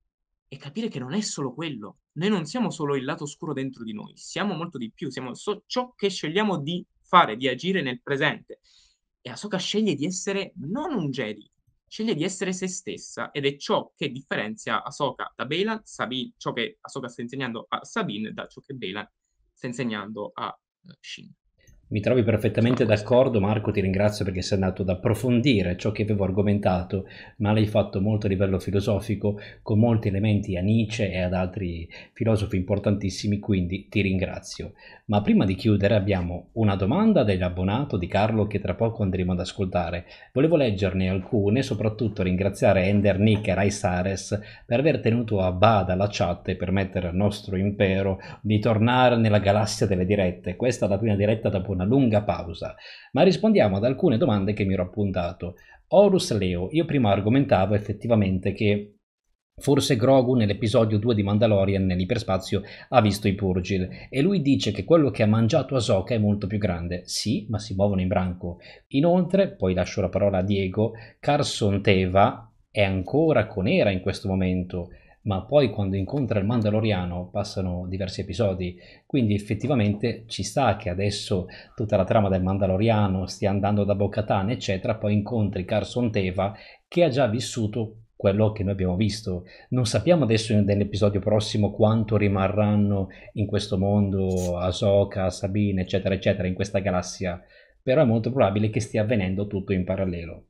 e capire che non è solo quello. Noi non siamo solo il lato oscuro dentro di noi, siamo molto di più, siamo so- ciò che scegliamo di fare, di agire nel presente. E Ahsoka sceglie di essere non un Jedi, sceglie di essere se stessa, ed è ciò che differenzia Ahsoka da Baylan, Sabine, ciò che Ahsoka sta insegnando a Sabine da ciò che Baylan sta insegnando a uh, Shin. Mi trovi perfettamente d'accordo, Marco, ti ringrazio perché sei andato ad approfondire ciò che avevo argomentato, ma l'hai fatto molto a livello filosofico, con molti elementi a Nietzsche e ad altri filosofi importantissimi, quindi ti ringrazio. Ma prima di chiudere abbiamo una domanda dell'abbonato di Carlo che tra poco andremo ad ascoltare. Volevo leggerne alcune, soprattutto ringraziare Ender Nick e Rai Sares per aver tenuto a bada la chat e permettere al nostro impero di tornare nella galassia delle dirette. Questa è la prima diretta dopo una lunga pausa, ma rispondiamo ad alcune domande che mi ero appuntato. Horus Leo, io prima argomentavo effettivamente che forse Grogu nell'episodio due di Mandalorian nell'iperspazio ha visto i Purgil e lui dice che quello che ha mangiato Ahsoka è molto più grande. Sì, ma si muovono in branco. Inoltre, poi lascio la parola a Diego, Carson Teva è ancora con Hera in questo momento, ma poi quando incontra il Mandaloriano passano diversi episodi, quindi effettivamente ci sta che adesso tutta la trama del Mandaloriano stia andando da Bo-Katan eccetera, poi incontri Carson Teva che ha già vissuto quello che noi abbiamo visto. Non sappiamo adesso nell'episodio prossimo quanto rimarranno in questo mondo Ahsoka, Sabine eccetera eccetera in questa galassia, però è molto probabile che stia avvenendo tutto in parallelo.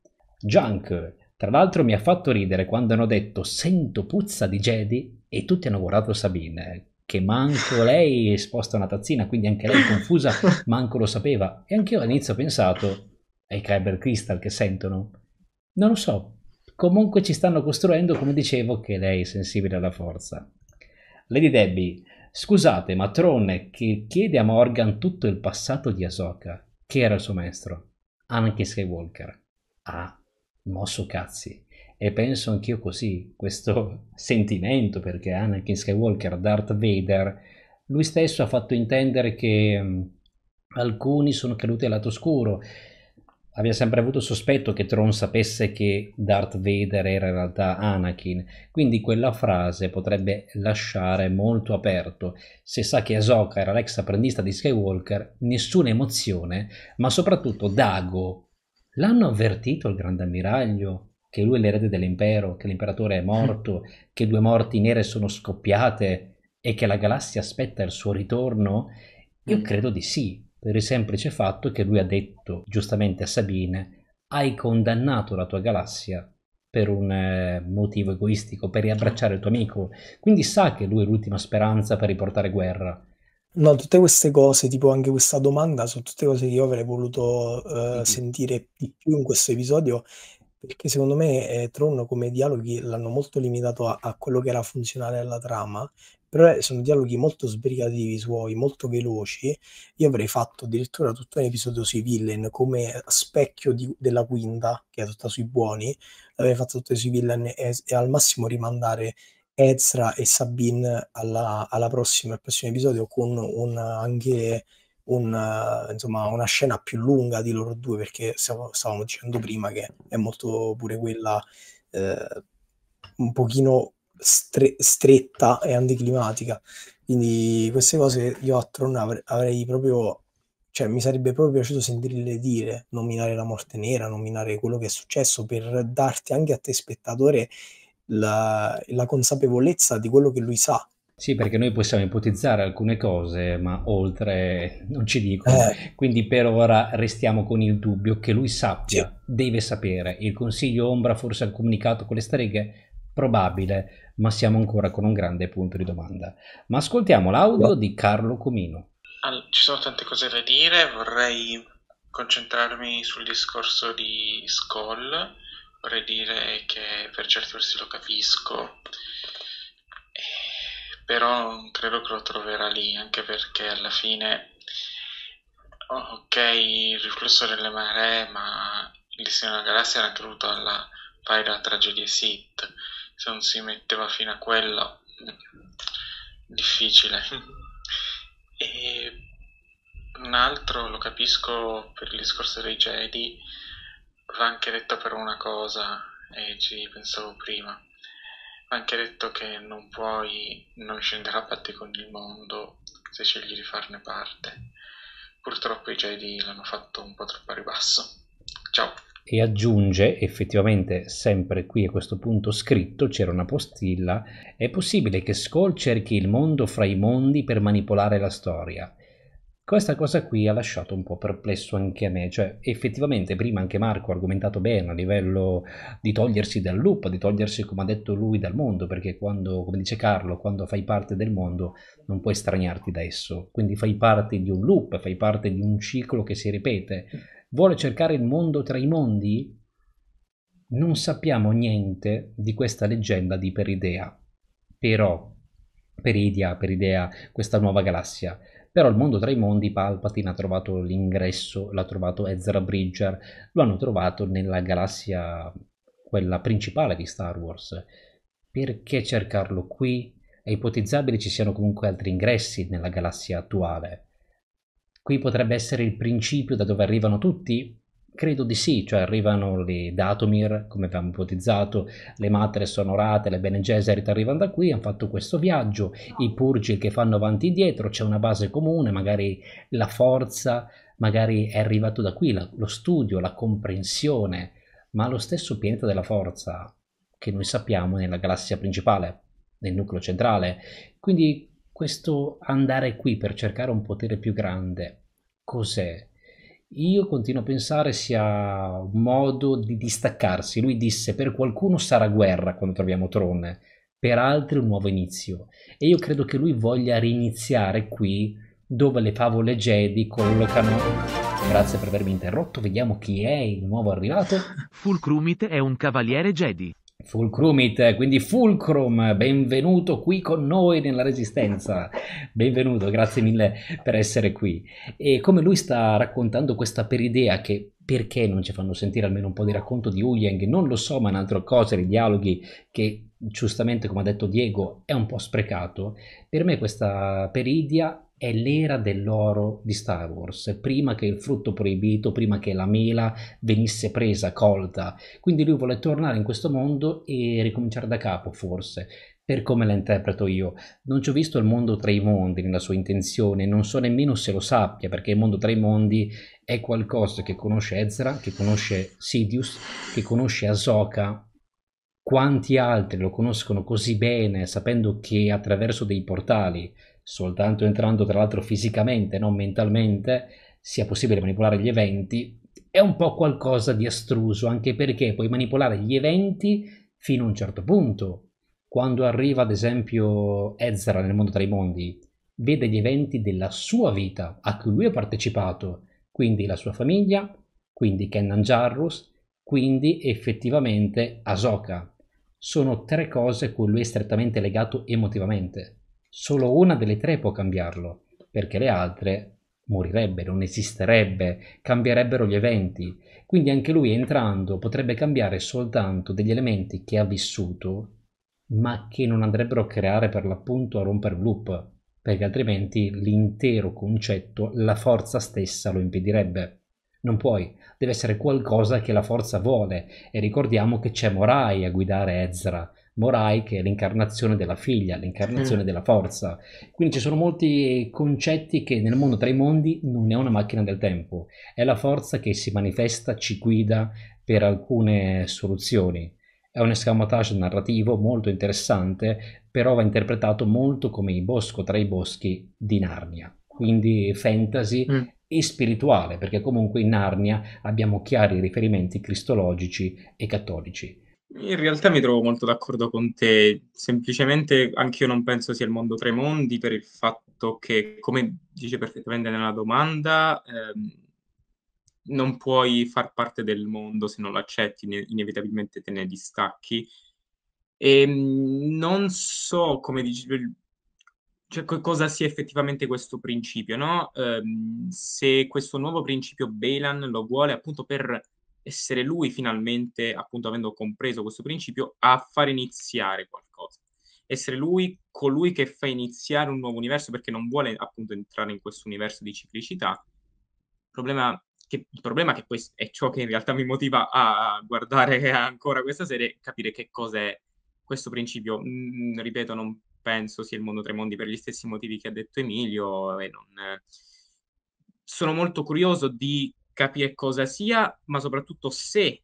Junk, tra l'altro mi ha fatto ridere quando hanno detto sento puzza di Jedi e tutti hanno guardato Sabine, che manco lei sposta una tazzina, quindi anche lei confusa manco lo sapeva. E anche io all'inizio ho pensato ai Kyber Crystal che sentono, non lo so, comunque ci stanno costruendo, come dicevo, che lei è sensibile alla forza. Lady Debbie, scusate, ma Tron che chiede a Morgan tutto il passato di Ahsoka, chi era il suo maestro? Anakin Skywalker. Ah, mosso cazzi, e penso anch'io così, questo sentimento perché Anakin Skywalker, Darth Vader, lui stesso ha fatto intendere che um, alcuni sono caduti al lato oscuro. Aveva sempre avuto sospetto che Tron sapesse che Darth Vader era in realtà Anakin, quindi quella frase potrebbe lasciare molto aperto. Se sa che Ahsoka era l'ex apprendista di Skywalker, nessuna emozione, ma soprattutto Dago. L'hanno avvertito il Grande Ammiraglio che lui è l'erede dell'impero, che l'imperatore è morto, che due morti nere sono scoppiate e che la galassia aspetta il suo ritorno? Io credo di sì, per il semplice fatto che lui ha detto giustamente a Sabine: hai condannato la tua galassia per un eh, motivo egoistico, per riabbracciare il tuo amico, quindi sa che lui è l'ultima speranza per riportare guerra. No, tutte queste cose, tipo anche questa domanda, sono tutte cose che io avrei voluto eh, Mhm. sentire di più in questo episodio, perché secondo me eh, Tron come dialoghi l'hanno molto limitato a, a quello che era funzionale alla trama, però eh, sono dialoghi molto sbrigativi suoi, molto veloci. Io avrei fatto addirittura tutto un episodio sui villain come specchio di- della quinta, che è tutta sui buoni, l'avrei fatto tutto sui villain e, e al massimo rimandare Ezra e Sabine alla, alla prossima, al prossimo episodio con un, anche un, eh, insomma, una scena più lunga di loro due, perché stavo- stavamo dicendo prima che è molto pure quella eh, un pochino stre- stretta e anticlimatica. Quindi queste cose io a Tron avre- avrei proprio Cioè, mi sarebbe proprio piaciuto sentirle dire, nominare la morte nera, nominare quello che è successo, per darti anche a te spettatore la, la consapevolezza di quello che lui sa. Sì, perché noi possiamo ipotizzare alcune cose, ma oltre non ci dicono. Eh. Quindi per ora restiamo con il dubbio che lui sappia, sì. Deve sapere. Il Consiglio Ombra forse ha comunicato con le streghe? Probabile, ma siamo ancora con un grande punto di domanda. Ma ascoltiamo l'audio di Carlo Comino. Allora, ci sono tante cose da dire, vorrei concentrarmi sul discorso di Skoll, vorrei dire che per certi versi lo capisco, però non credo che lo troverà lì, anche perché alla fine, ok, il riflusso delle maree, ma il destino della galassia era anche dovuto alla pari della tragedia Sith. Se non si metteva fino a quello, difficile. E un altro, lo capisco per il discorso dei Jedi, va anche detto per una cosa, e ci pensavo prima, va anche detto che non puoi non scendere a patti con il mondo se scegli di farne parte. Purtroppo i Jedi l'hanno fatto un po' troppo a ribasso. Ciao. E aggiunge, effettivamente sempre qui a questo punto scritto, c'era una postilla, è possibile che Skoll cerchi il mondo fra i mondi per manipolare la storia. Questa cosa qui ha lasciato un po' perplesso anche a me, cioè effettivamente prima anche Marco ha argomentato bene a livello di togliersi dal loop, di togliersi, come ha detto lui, dal mondo, perché quando, come dice Carlo, quando fai parte del mondo non puoi straniarti da esso, quindi fai parte di un loop, fai parte di un ciclo che si ripete. Vuole cercare il mondo tra i mondi? Non sappiamo niente di questa leggenda di Peridea, però, Peridia, Peridea, questa nuova galassia. Però il mondo tra i mondi, Palpatine ha trovato l'ingresso, l'ha trovato Ezra Bridger, lo hanno trovato nella galassia, quella principale di Star Wars. Perché cercarlo qui? È ipotizzabile ci siano comunque altri ingressi nella galassia attuale. Qui potrebbe essere il principio da dove arrivano tutti? Credo di sì, cioè arrivano le Dathomir, come abbiamo ipotizzato, le Matres Onorate, le Bene Gesserit arrivano da qui, hanno fatto questo viaggio, i Purgi che fanno avanti e dietro, c'è una base comune, magari la forza, magari è arrivato da qui la, lo studio, la comprensione, ma lo stesso pianeta della forza che noi sappiamo nella galassia principale, nel nucleo centrale. Quindi questo andare qui per cercare un potere più grande, cos'è? Io continuo a pensare sia un modo di distaccarsi. Lui disse: per qualcuno sarà guerra quando troviamo Tron, per altri un nuovo inizio. E io credo che lui voglia riniziare qui, dove le favole Jedi collocano... Grazie per avermi interrotto, vediamo chi è il nuovo arrivato. Fulcrumit è un cavaliere Jedi. Fulcrumit, quindi Fulcrum, benvenuto qui con noi nella Resistenza, benvenuto, grazie mille per essere qui. E come lui sta raccontando questa Peridea, che perché non ci fanno sentire almeno un po' di racconto di Huyang, non lo so, ma un'altra cosa, i dialoghi che giustamente, come ha detto Diego, è un po' sprecato. Per me questa Peridia è l'era dell'oro di Star Wars, prima che il frutto proibito, prima che la mela venisse presa, colta. Quindi lui vuole tornare in questo mondo e ricominciare da capo, forse, per come la interpreto io. Non ci ho visto il mondo tra i mondi nella sua intenzione, non so nemmeno se lo sappia, perché il mondo tra i mondi è qualcosa che conosce Ezra, che conosce Sidious, che conosce Ahsoka. Quanti altri lo conoscono così bene, sapendo che attraverso dei portali, soltanto entrando tra l'altro fisicamente, non mentalmente, sia possibile manipolare gli eventi, è un po' qualcosa di astruso, anche perché puoi manipolare gli eventi fino a un certo punto. Quando arriva ad esempio Ezra nel mondo tra i mondi, vede gli eventi della sua vita a cui lui ha partecipato, quindi la sua famiglia, quindi Kanan Jarrus, quindi effettivamente Ahsoka. Sono tre cose a cui lui è strettamente legato emotivamente. Solo una delle tre può cambiarlo, perché le altre morirebbe, non esisterebbe, cambierebbero gli eventi. Quindi anche lui entrando potrebbe cambiare soltanto degli elementi che ha vissuto, ma che non andrebbero a creare per l'appunto a rompere il loop, perché altrimenti l'intero concetto, la forza stessa lo impedirebbe. Non puoi, deve essere qualcosa che la forza vuole, e ricordiamo che c'è Morai a guidare Ezra, Morai, che è l'incarnazione della figlia, l'incarnazione della forza. Quindi ci sono molti concetti che nel mondo tra i mondi non è una macchina del tempo, è la forza che si manifesta, ci guida per alcune soluzioni. È un escamotage narrativo molto interessante, però va interpretato molto come il bosco tra i boschi di Narnia, quindi fantasy mm. e spirituale, perché comunque in Narnia abbiamo chiari riferimenti cristologici e cattolici. In realtà mi trovo molto d'accordo con te, semplicemente anch'io non penso sia il mondo tra i mondi, per il fatto che, come dice perfettamente nella domanda, ehm, non puoi far parte del mondo se non lo accetti, ine- inevitabilmente te ne distacchi. E mh, non so come dici, cioè, co- cosa sia effettivamente questo principio, no? Ehm, se questo nuovo principio Balan lo vuole appunto per essere lui finalmente, appunto avendo compreso questo principio, a far iniziare qualcosa. Essere lui colui che fa iniziare un nuovo universo, perché non vuole appunto entrare in questo universo di ciclicità. Il problema che, il problema che poi è ciò che in realtà mi motiva a guardare ancora questa serie, capire che cos'è questo principio. Mm, ripeto, non penso sia il mondo tra i mondi per gli stessi motivi che ha detto Emilio, e non... sono molto curioso di capire cosa sia, ma soprattutto se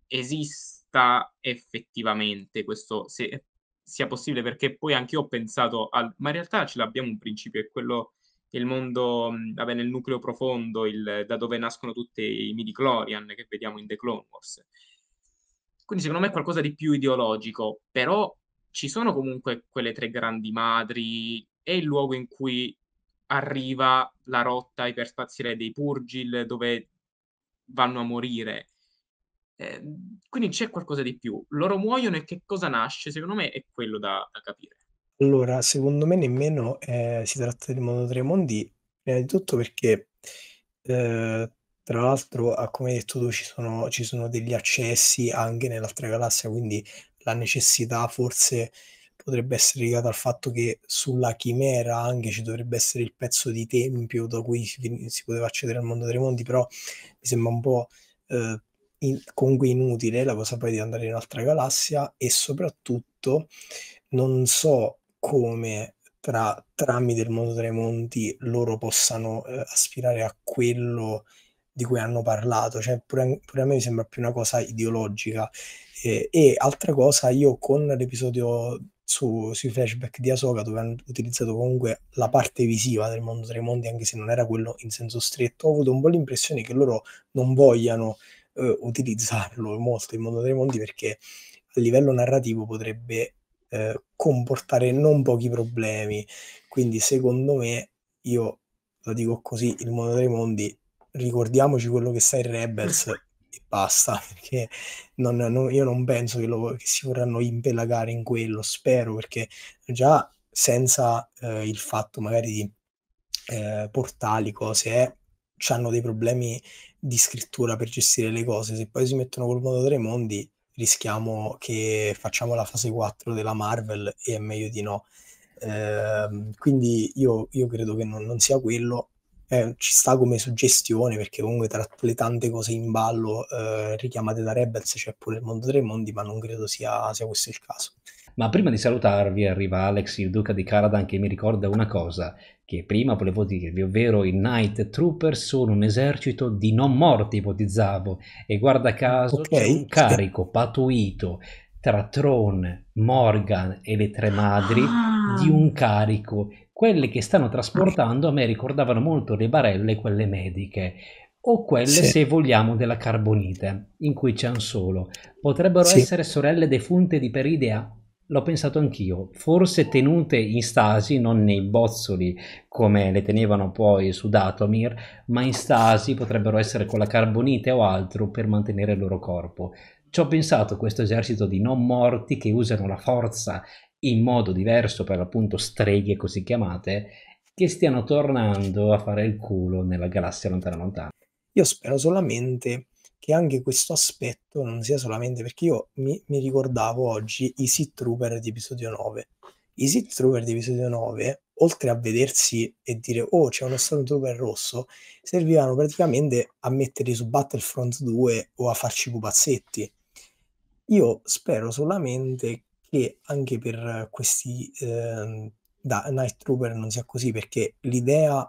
esista effettivamente questo, se sia possibile, perché poi anche io ho pensato al... ma in realtà ce l'abbiamo un principio, è quello, il mondo, mh, vabbè, nel nucleo profondo, il, da dove nascono tutti i midi-chlorian che vediamo in The Clone Wars. Quindi secondo me è qualcosa di più ideologico, però ci sono comunque quelle tre grandi madri, è il luogo in cui arriva la rotta iperspaziale dei Purgil, dove vanno a morire. Eh, quindi c'è qualcosa di più. Loro muoiono e che cosa nasce? Secondo me è quello da, da capire. Allora, secondo me nemmeno eh, si tratta di mondo tra i mondi, prima di tutto perché, eh, tra l'altro, ah, come hai detto tu, ci sono, ci sono degli accessi anche nell'altra galassia, quindi la necessità forse potrebbe essere legata al fatto che sulla chimera anche ci dovrebbe essere il pezzo di tempio da cui si, si poteva accedere al mondo dei mondi, però mi sembra un po' eh, in- comunque inutile la cosa poi di andare in un'altra galassia, e soprattutto non so come tra, tramite il mondo tra i mondi loro possano eh, aspirare a quello di cui hanno parlato, cioè pure, pure a me mi sembra più una cosa ideologica. Eh, e altra cosa, io con l'episodio su- sui flashback di Ahsoka, dove hanno utilizzato comunque la parte visiva del mondo tra i mondi, anche se non era quello in senso stretto, ho avuto un po' l'impressione che loro non vogliano eh, utilizzarlo molto il mondo tra i mondi, perché a livello narrativo potrebbe eh, comportare non pochi problemi. Quindi secondo me, io lo dico così, il mondo tra i mondi, ricordiamoci quello che sta in Rebels e basta, perché non, non- io non penso che, lo- che si vorranno impelagare in quello, spero, perché già senza eh, il fatto magari di eh, portali, cose, eh, hanno dei problemi di scrittura per gestire le cose. Se poi si mettono col mondo tra i mondi, rischiamo che facciamo la fase quattro della Marvel, e è meglio di no. Ehm, quindi io, io credo che non, non sia quello. Eh, ci sta come suggestione, perché comunque tra le tante cose in ballo eh, richiamate da Rebels c'è pure il mondo tra i mondi, ma non credo sia, sia questo il caso. Ma prima di salutarvi arriva Alex, il duca di Caladan, che mi ricorda una cosa che prima volevo dirvi, ovvero i Night Troopers sono un esercito di non morti, ipotizzavo, e guarda caso Ok, c'è un sì. carico pattuito tra Tron, Morgan e le tre madri di un carico. Quelle che stanno trasportando a me ricordavano molto le barelle, quelle mediche, o quelle, Sì. se vogliamo, della carbonite, in cui c'è un solo. Potrebbero Sì. essere sorelle defunte di Peridea? L'ho pensato anch'io, forse tenute in stasi, non nei bozzoli come le tenevano poi su Datomir, ma in stasi potrebbero essere con la carbonite o altro per mantenere il loro corpo. Ci ho pensato, questo esercito di non morti che usano la forza in modo diverso, per l'appunto streghe così chiamate, che stiano tornando a fare il culo nella galassia lontana lontana. Io spero solamente che anche questo aspetto non sia solamente, perché io mi, mi ricordavo oggi i Sith Trooper di episodio nove. I Sith Trooper di episodio nove, oltre a vedersi e dire oh c'è uno Stormtrooper rosso, servivano praticamente a metterli su Battlefront due o a farci pupazzetti. Io spero solamente che anche per questi eh, da Night Trooper non sia così, perché l'idea,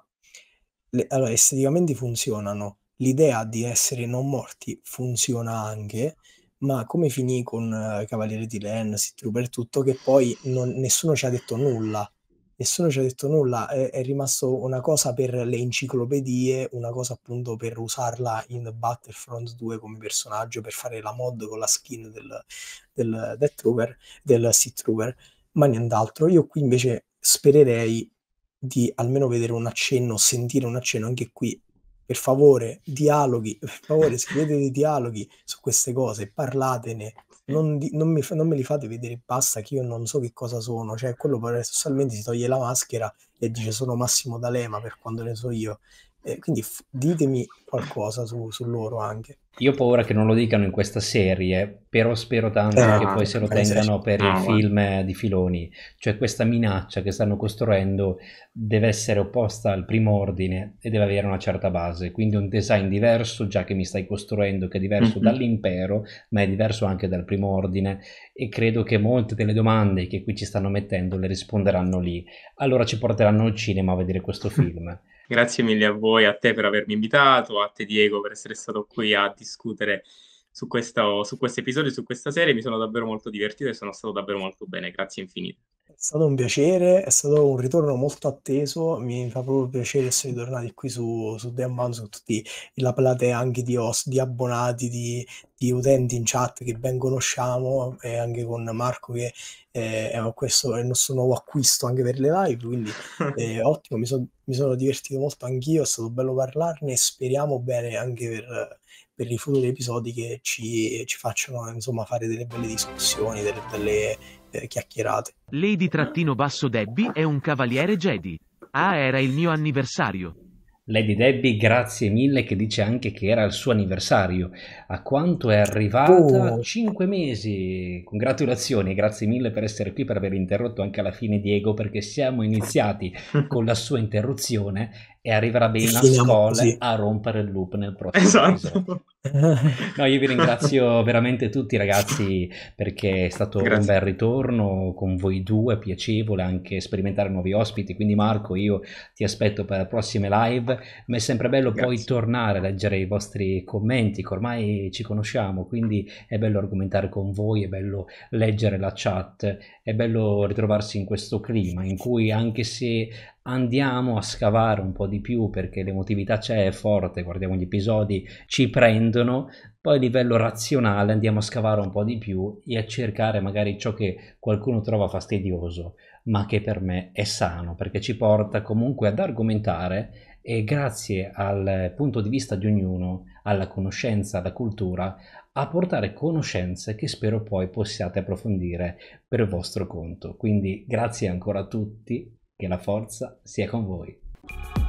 le- allora esteticamente funzionano, l'idea di essere non morti funziona anche, ma come finì con eh, Cavaliere di Ren, Sith Trooper, tutto, che poi non- nessuno ci ha detto nulla. Nessuno ci ha detto nulla, è, è rimasto una cosa per le enciclopedie, una cosa appunto per usarla in Battlefront due come personaggio, per fare la mod con la skin del, del Death Trooper, del Sith Trooper, ma nient'altro. Io qui invece spererei di almeno vedere un accenno, sentire un accenno anche qui. Per favore, dialoghi, per favore, scrivete dei dialoghi su queste cose, parlatene. Non, di- non mi fa- non me li fate vedere e basta, che io non so che cosa sono. Cioè, quello paradossalmente si toglie la maschera e dice sono Massimo D'Alema, per quando ne so io. Eh, quindi f- ditemi qualcosa su, su loro anche. Io ho paura che non lo dicano in questa serie, però spero tanto Eh, che poi se lo ma ne sai- tengano per no, il guarda. film di Filoni. Cioè questa minaccia che stanno costruendo deve essere opposta al Primo Ordine e deve avere una certa base, quindi un design diverso già che mi stai costruendo, che è diverso Mhm. dall'Impero, ma è diverso anche dal Primo Ordine, e credo che molte delle domande che qui ci stanno mettendo le risponderanno lì. Allora ci porteranno al cinema a vedere questo film. Grazie mille a voi, a te per avermi invitato, a te Diego per essere stato qui a discutere su questo, su questo episodio, su questa serie. Mi sono davvero molto divertito e sono stato davvero molto bene. Grazie infinite. È stato un piacere, è stato un ritorno molto atteso, mi fa proprio piacere essere tornati qui su, su The Unbound, su tutti la platea anche di host, di abbonati, di, di utenti in chat che ben conosciamo, e anche con Marco che eh, è, questo è il nostro nuovo acquisto anche per le live, quindi eh, ottimo, mi, son- mi sono divertito molto anch'io, è stato bello parlarne e speriamo bene anche per, per i futuri episodi che ci, ci facciano insomma fare delle belle discussioni, delle belle eh, chiacchierate. Lady-Basso Debbie è un cavaliere Jedi. Ah, era il mio anniversario. Lady Debbie, grazie mille, che dice anche che era il suo anniversario. A quanto è arrivata? Oh. cinque mesi. Congratulazioni, grazie mille per essere qui, per aver interrotto anche alla fine Diego, perché siamo iniziati con la sua interruzione e arriverà Ben E a finiamo scuola così. a rompere il loop nel prossimo Esatto. episodio. No, io vi ringrazio veramente tutti ragazzi, perché è stato un Grazie. bel ritorno con voi due, piacevole anche sperimentare nuovi ospiti, quindi Marco, io ti aspetto per le prossime live, ma è sempre bello poi Grazie. tornare a leggere i vostri commenti, che ormai ci conosciamo, quindi è bello argomentare con voi, è bello leggere la chat, è bello ritrovarsi in questo clima in cui, anche se andiamo a scavare un po' di più perché l'emotività c'è, è forte, guardiamo gli episodi, ci prendono, poi a livello razionale andiamo a scavare un po' di più e a cercare magari ciò che qualcuno trova fastidioso, ma che per me è sano, perché ci porta comunque ad argomentare, e grazie al punto di vista di ognuno, alla conoscenza, alla cultura, a portare conoscenze che spero poi possiate approfondire per il vostro conto. Quindi grazie ancora a tutti, che la forza sia con voi.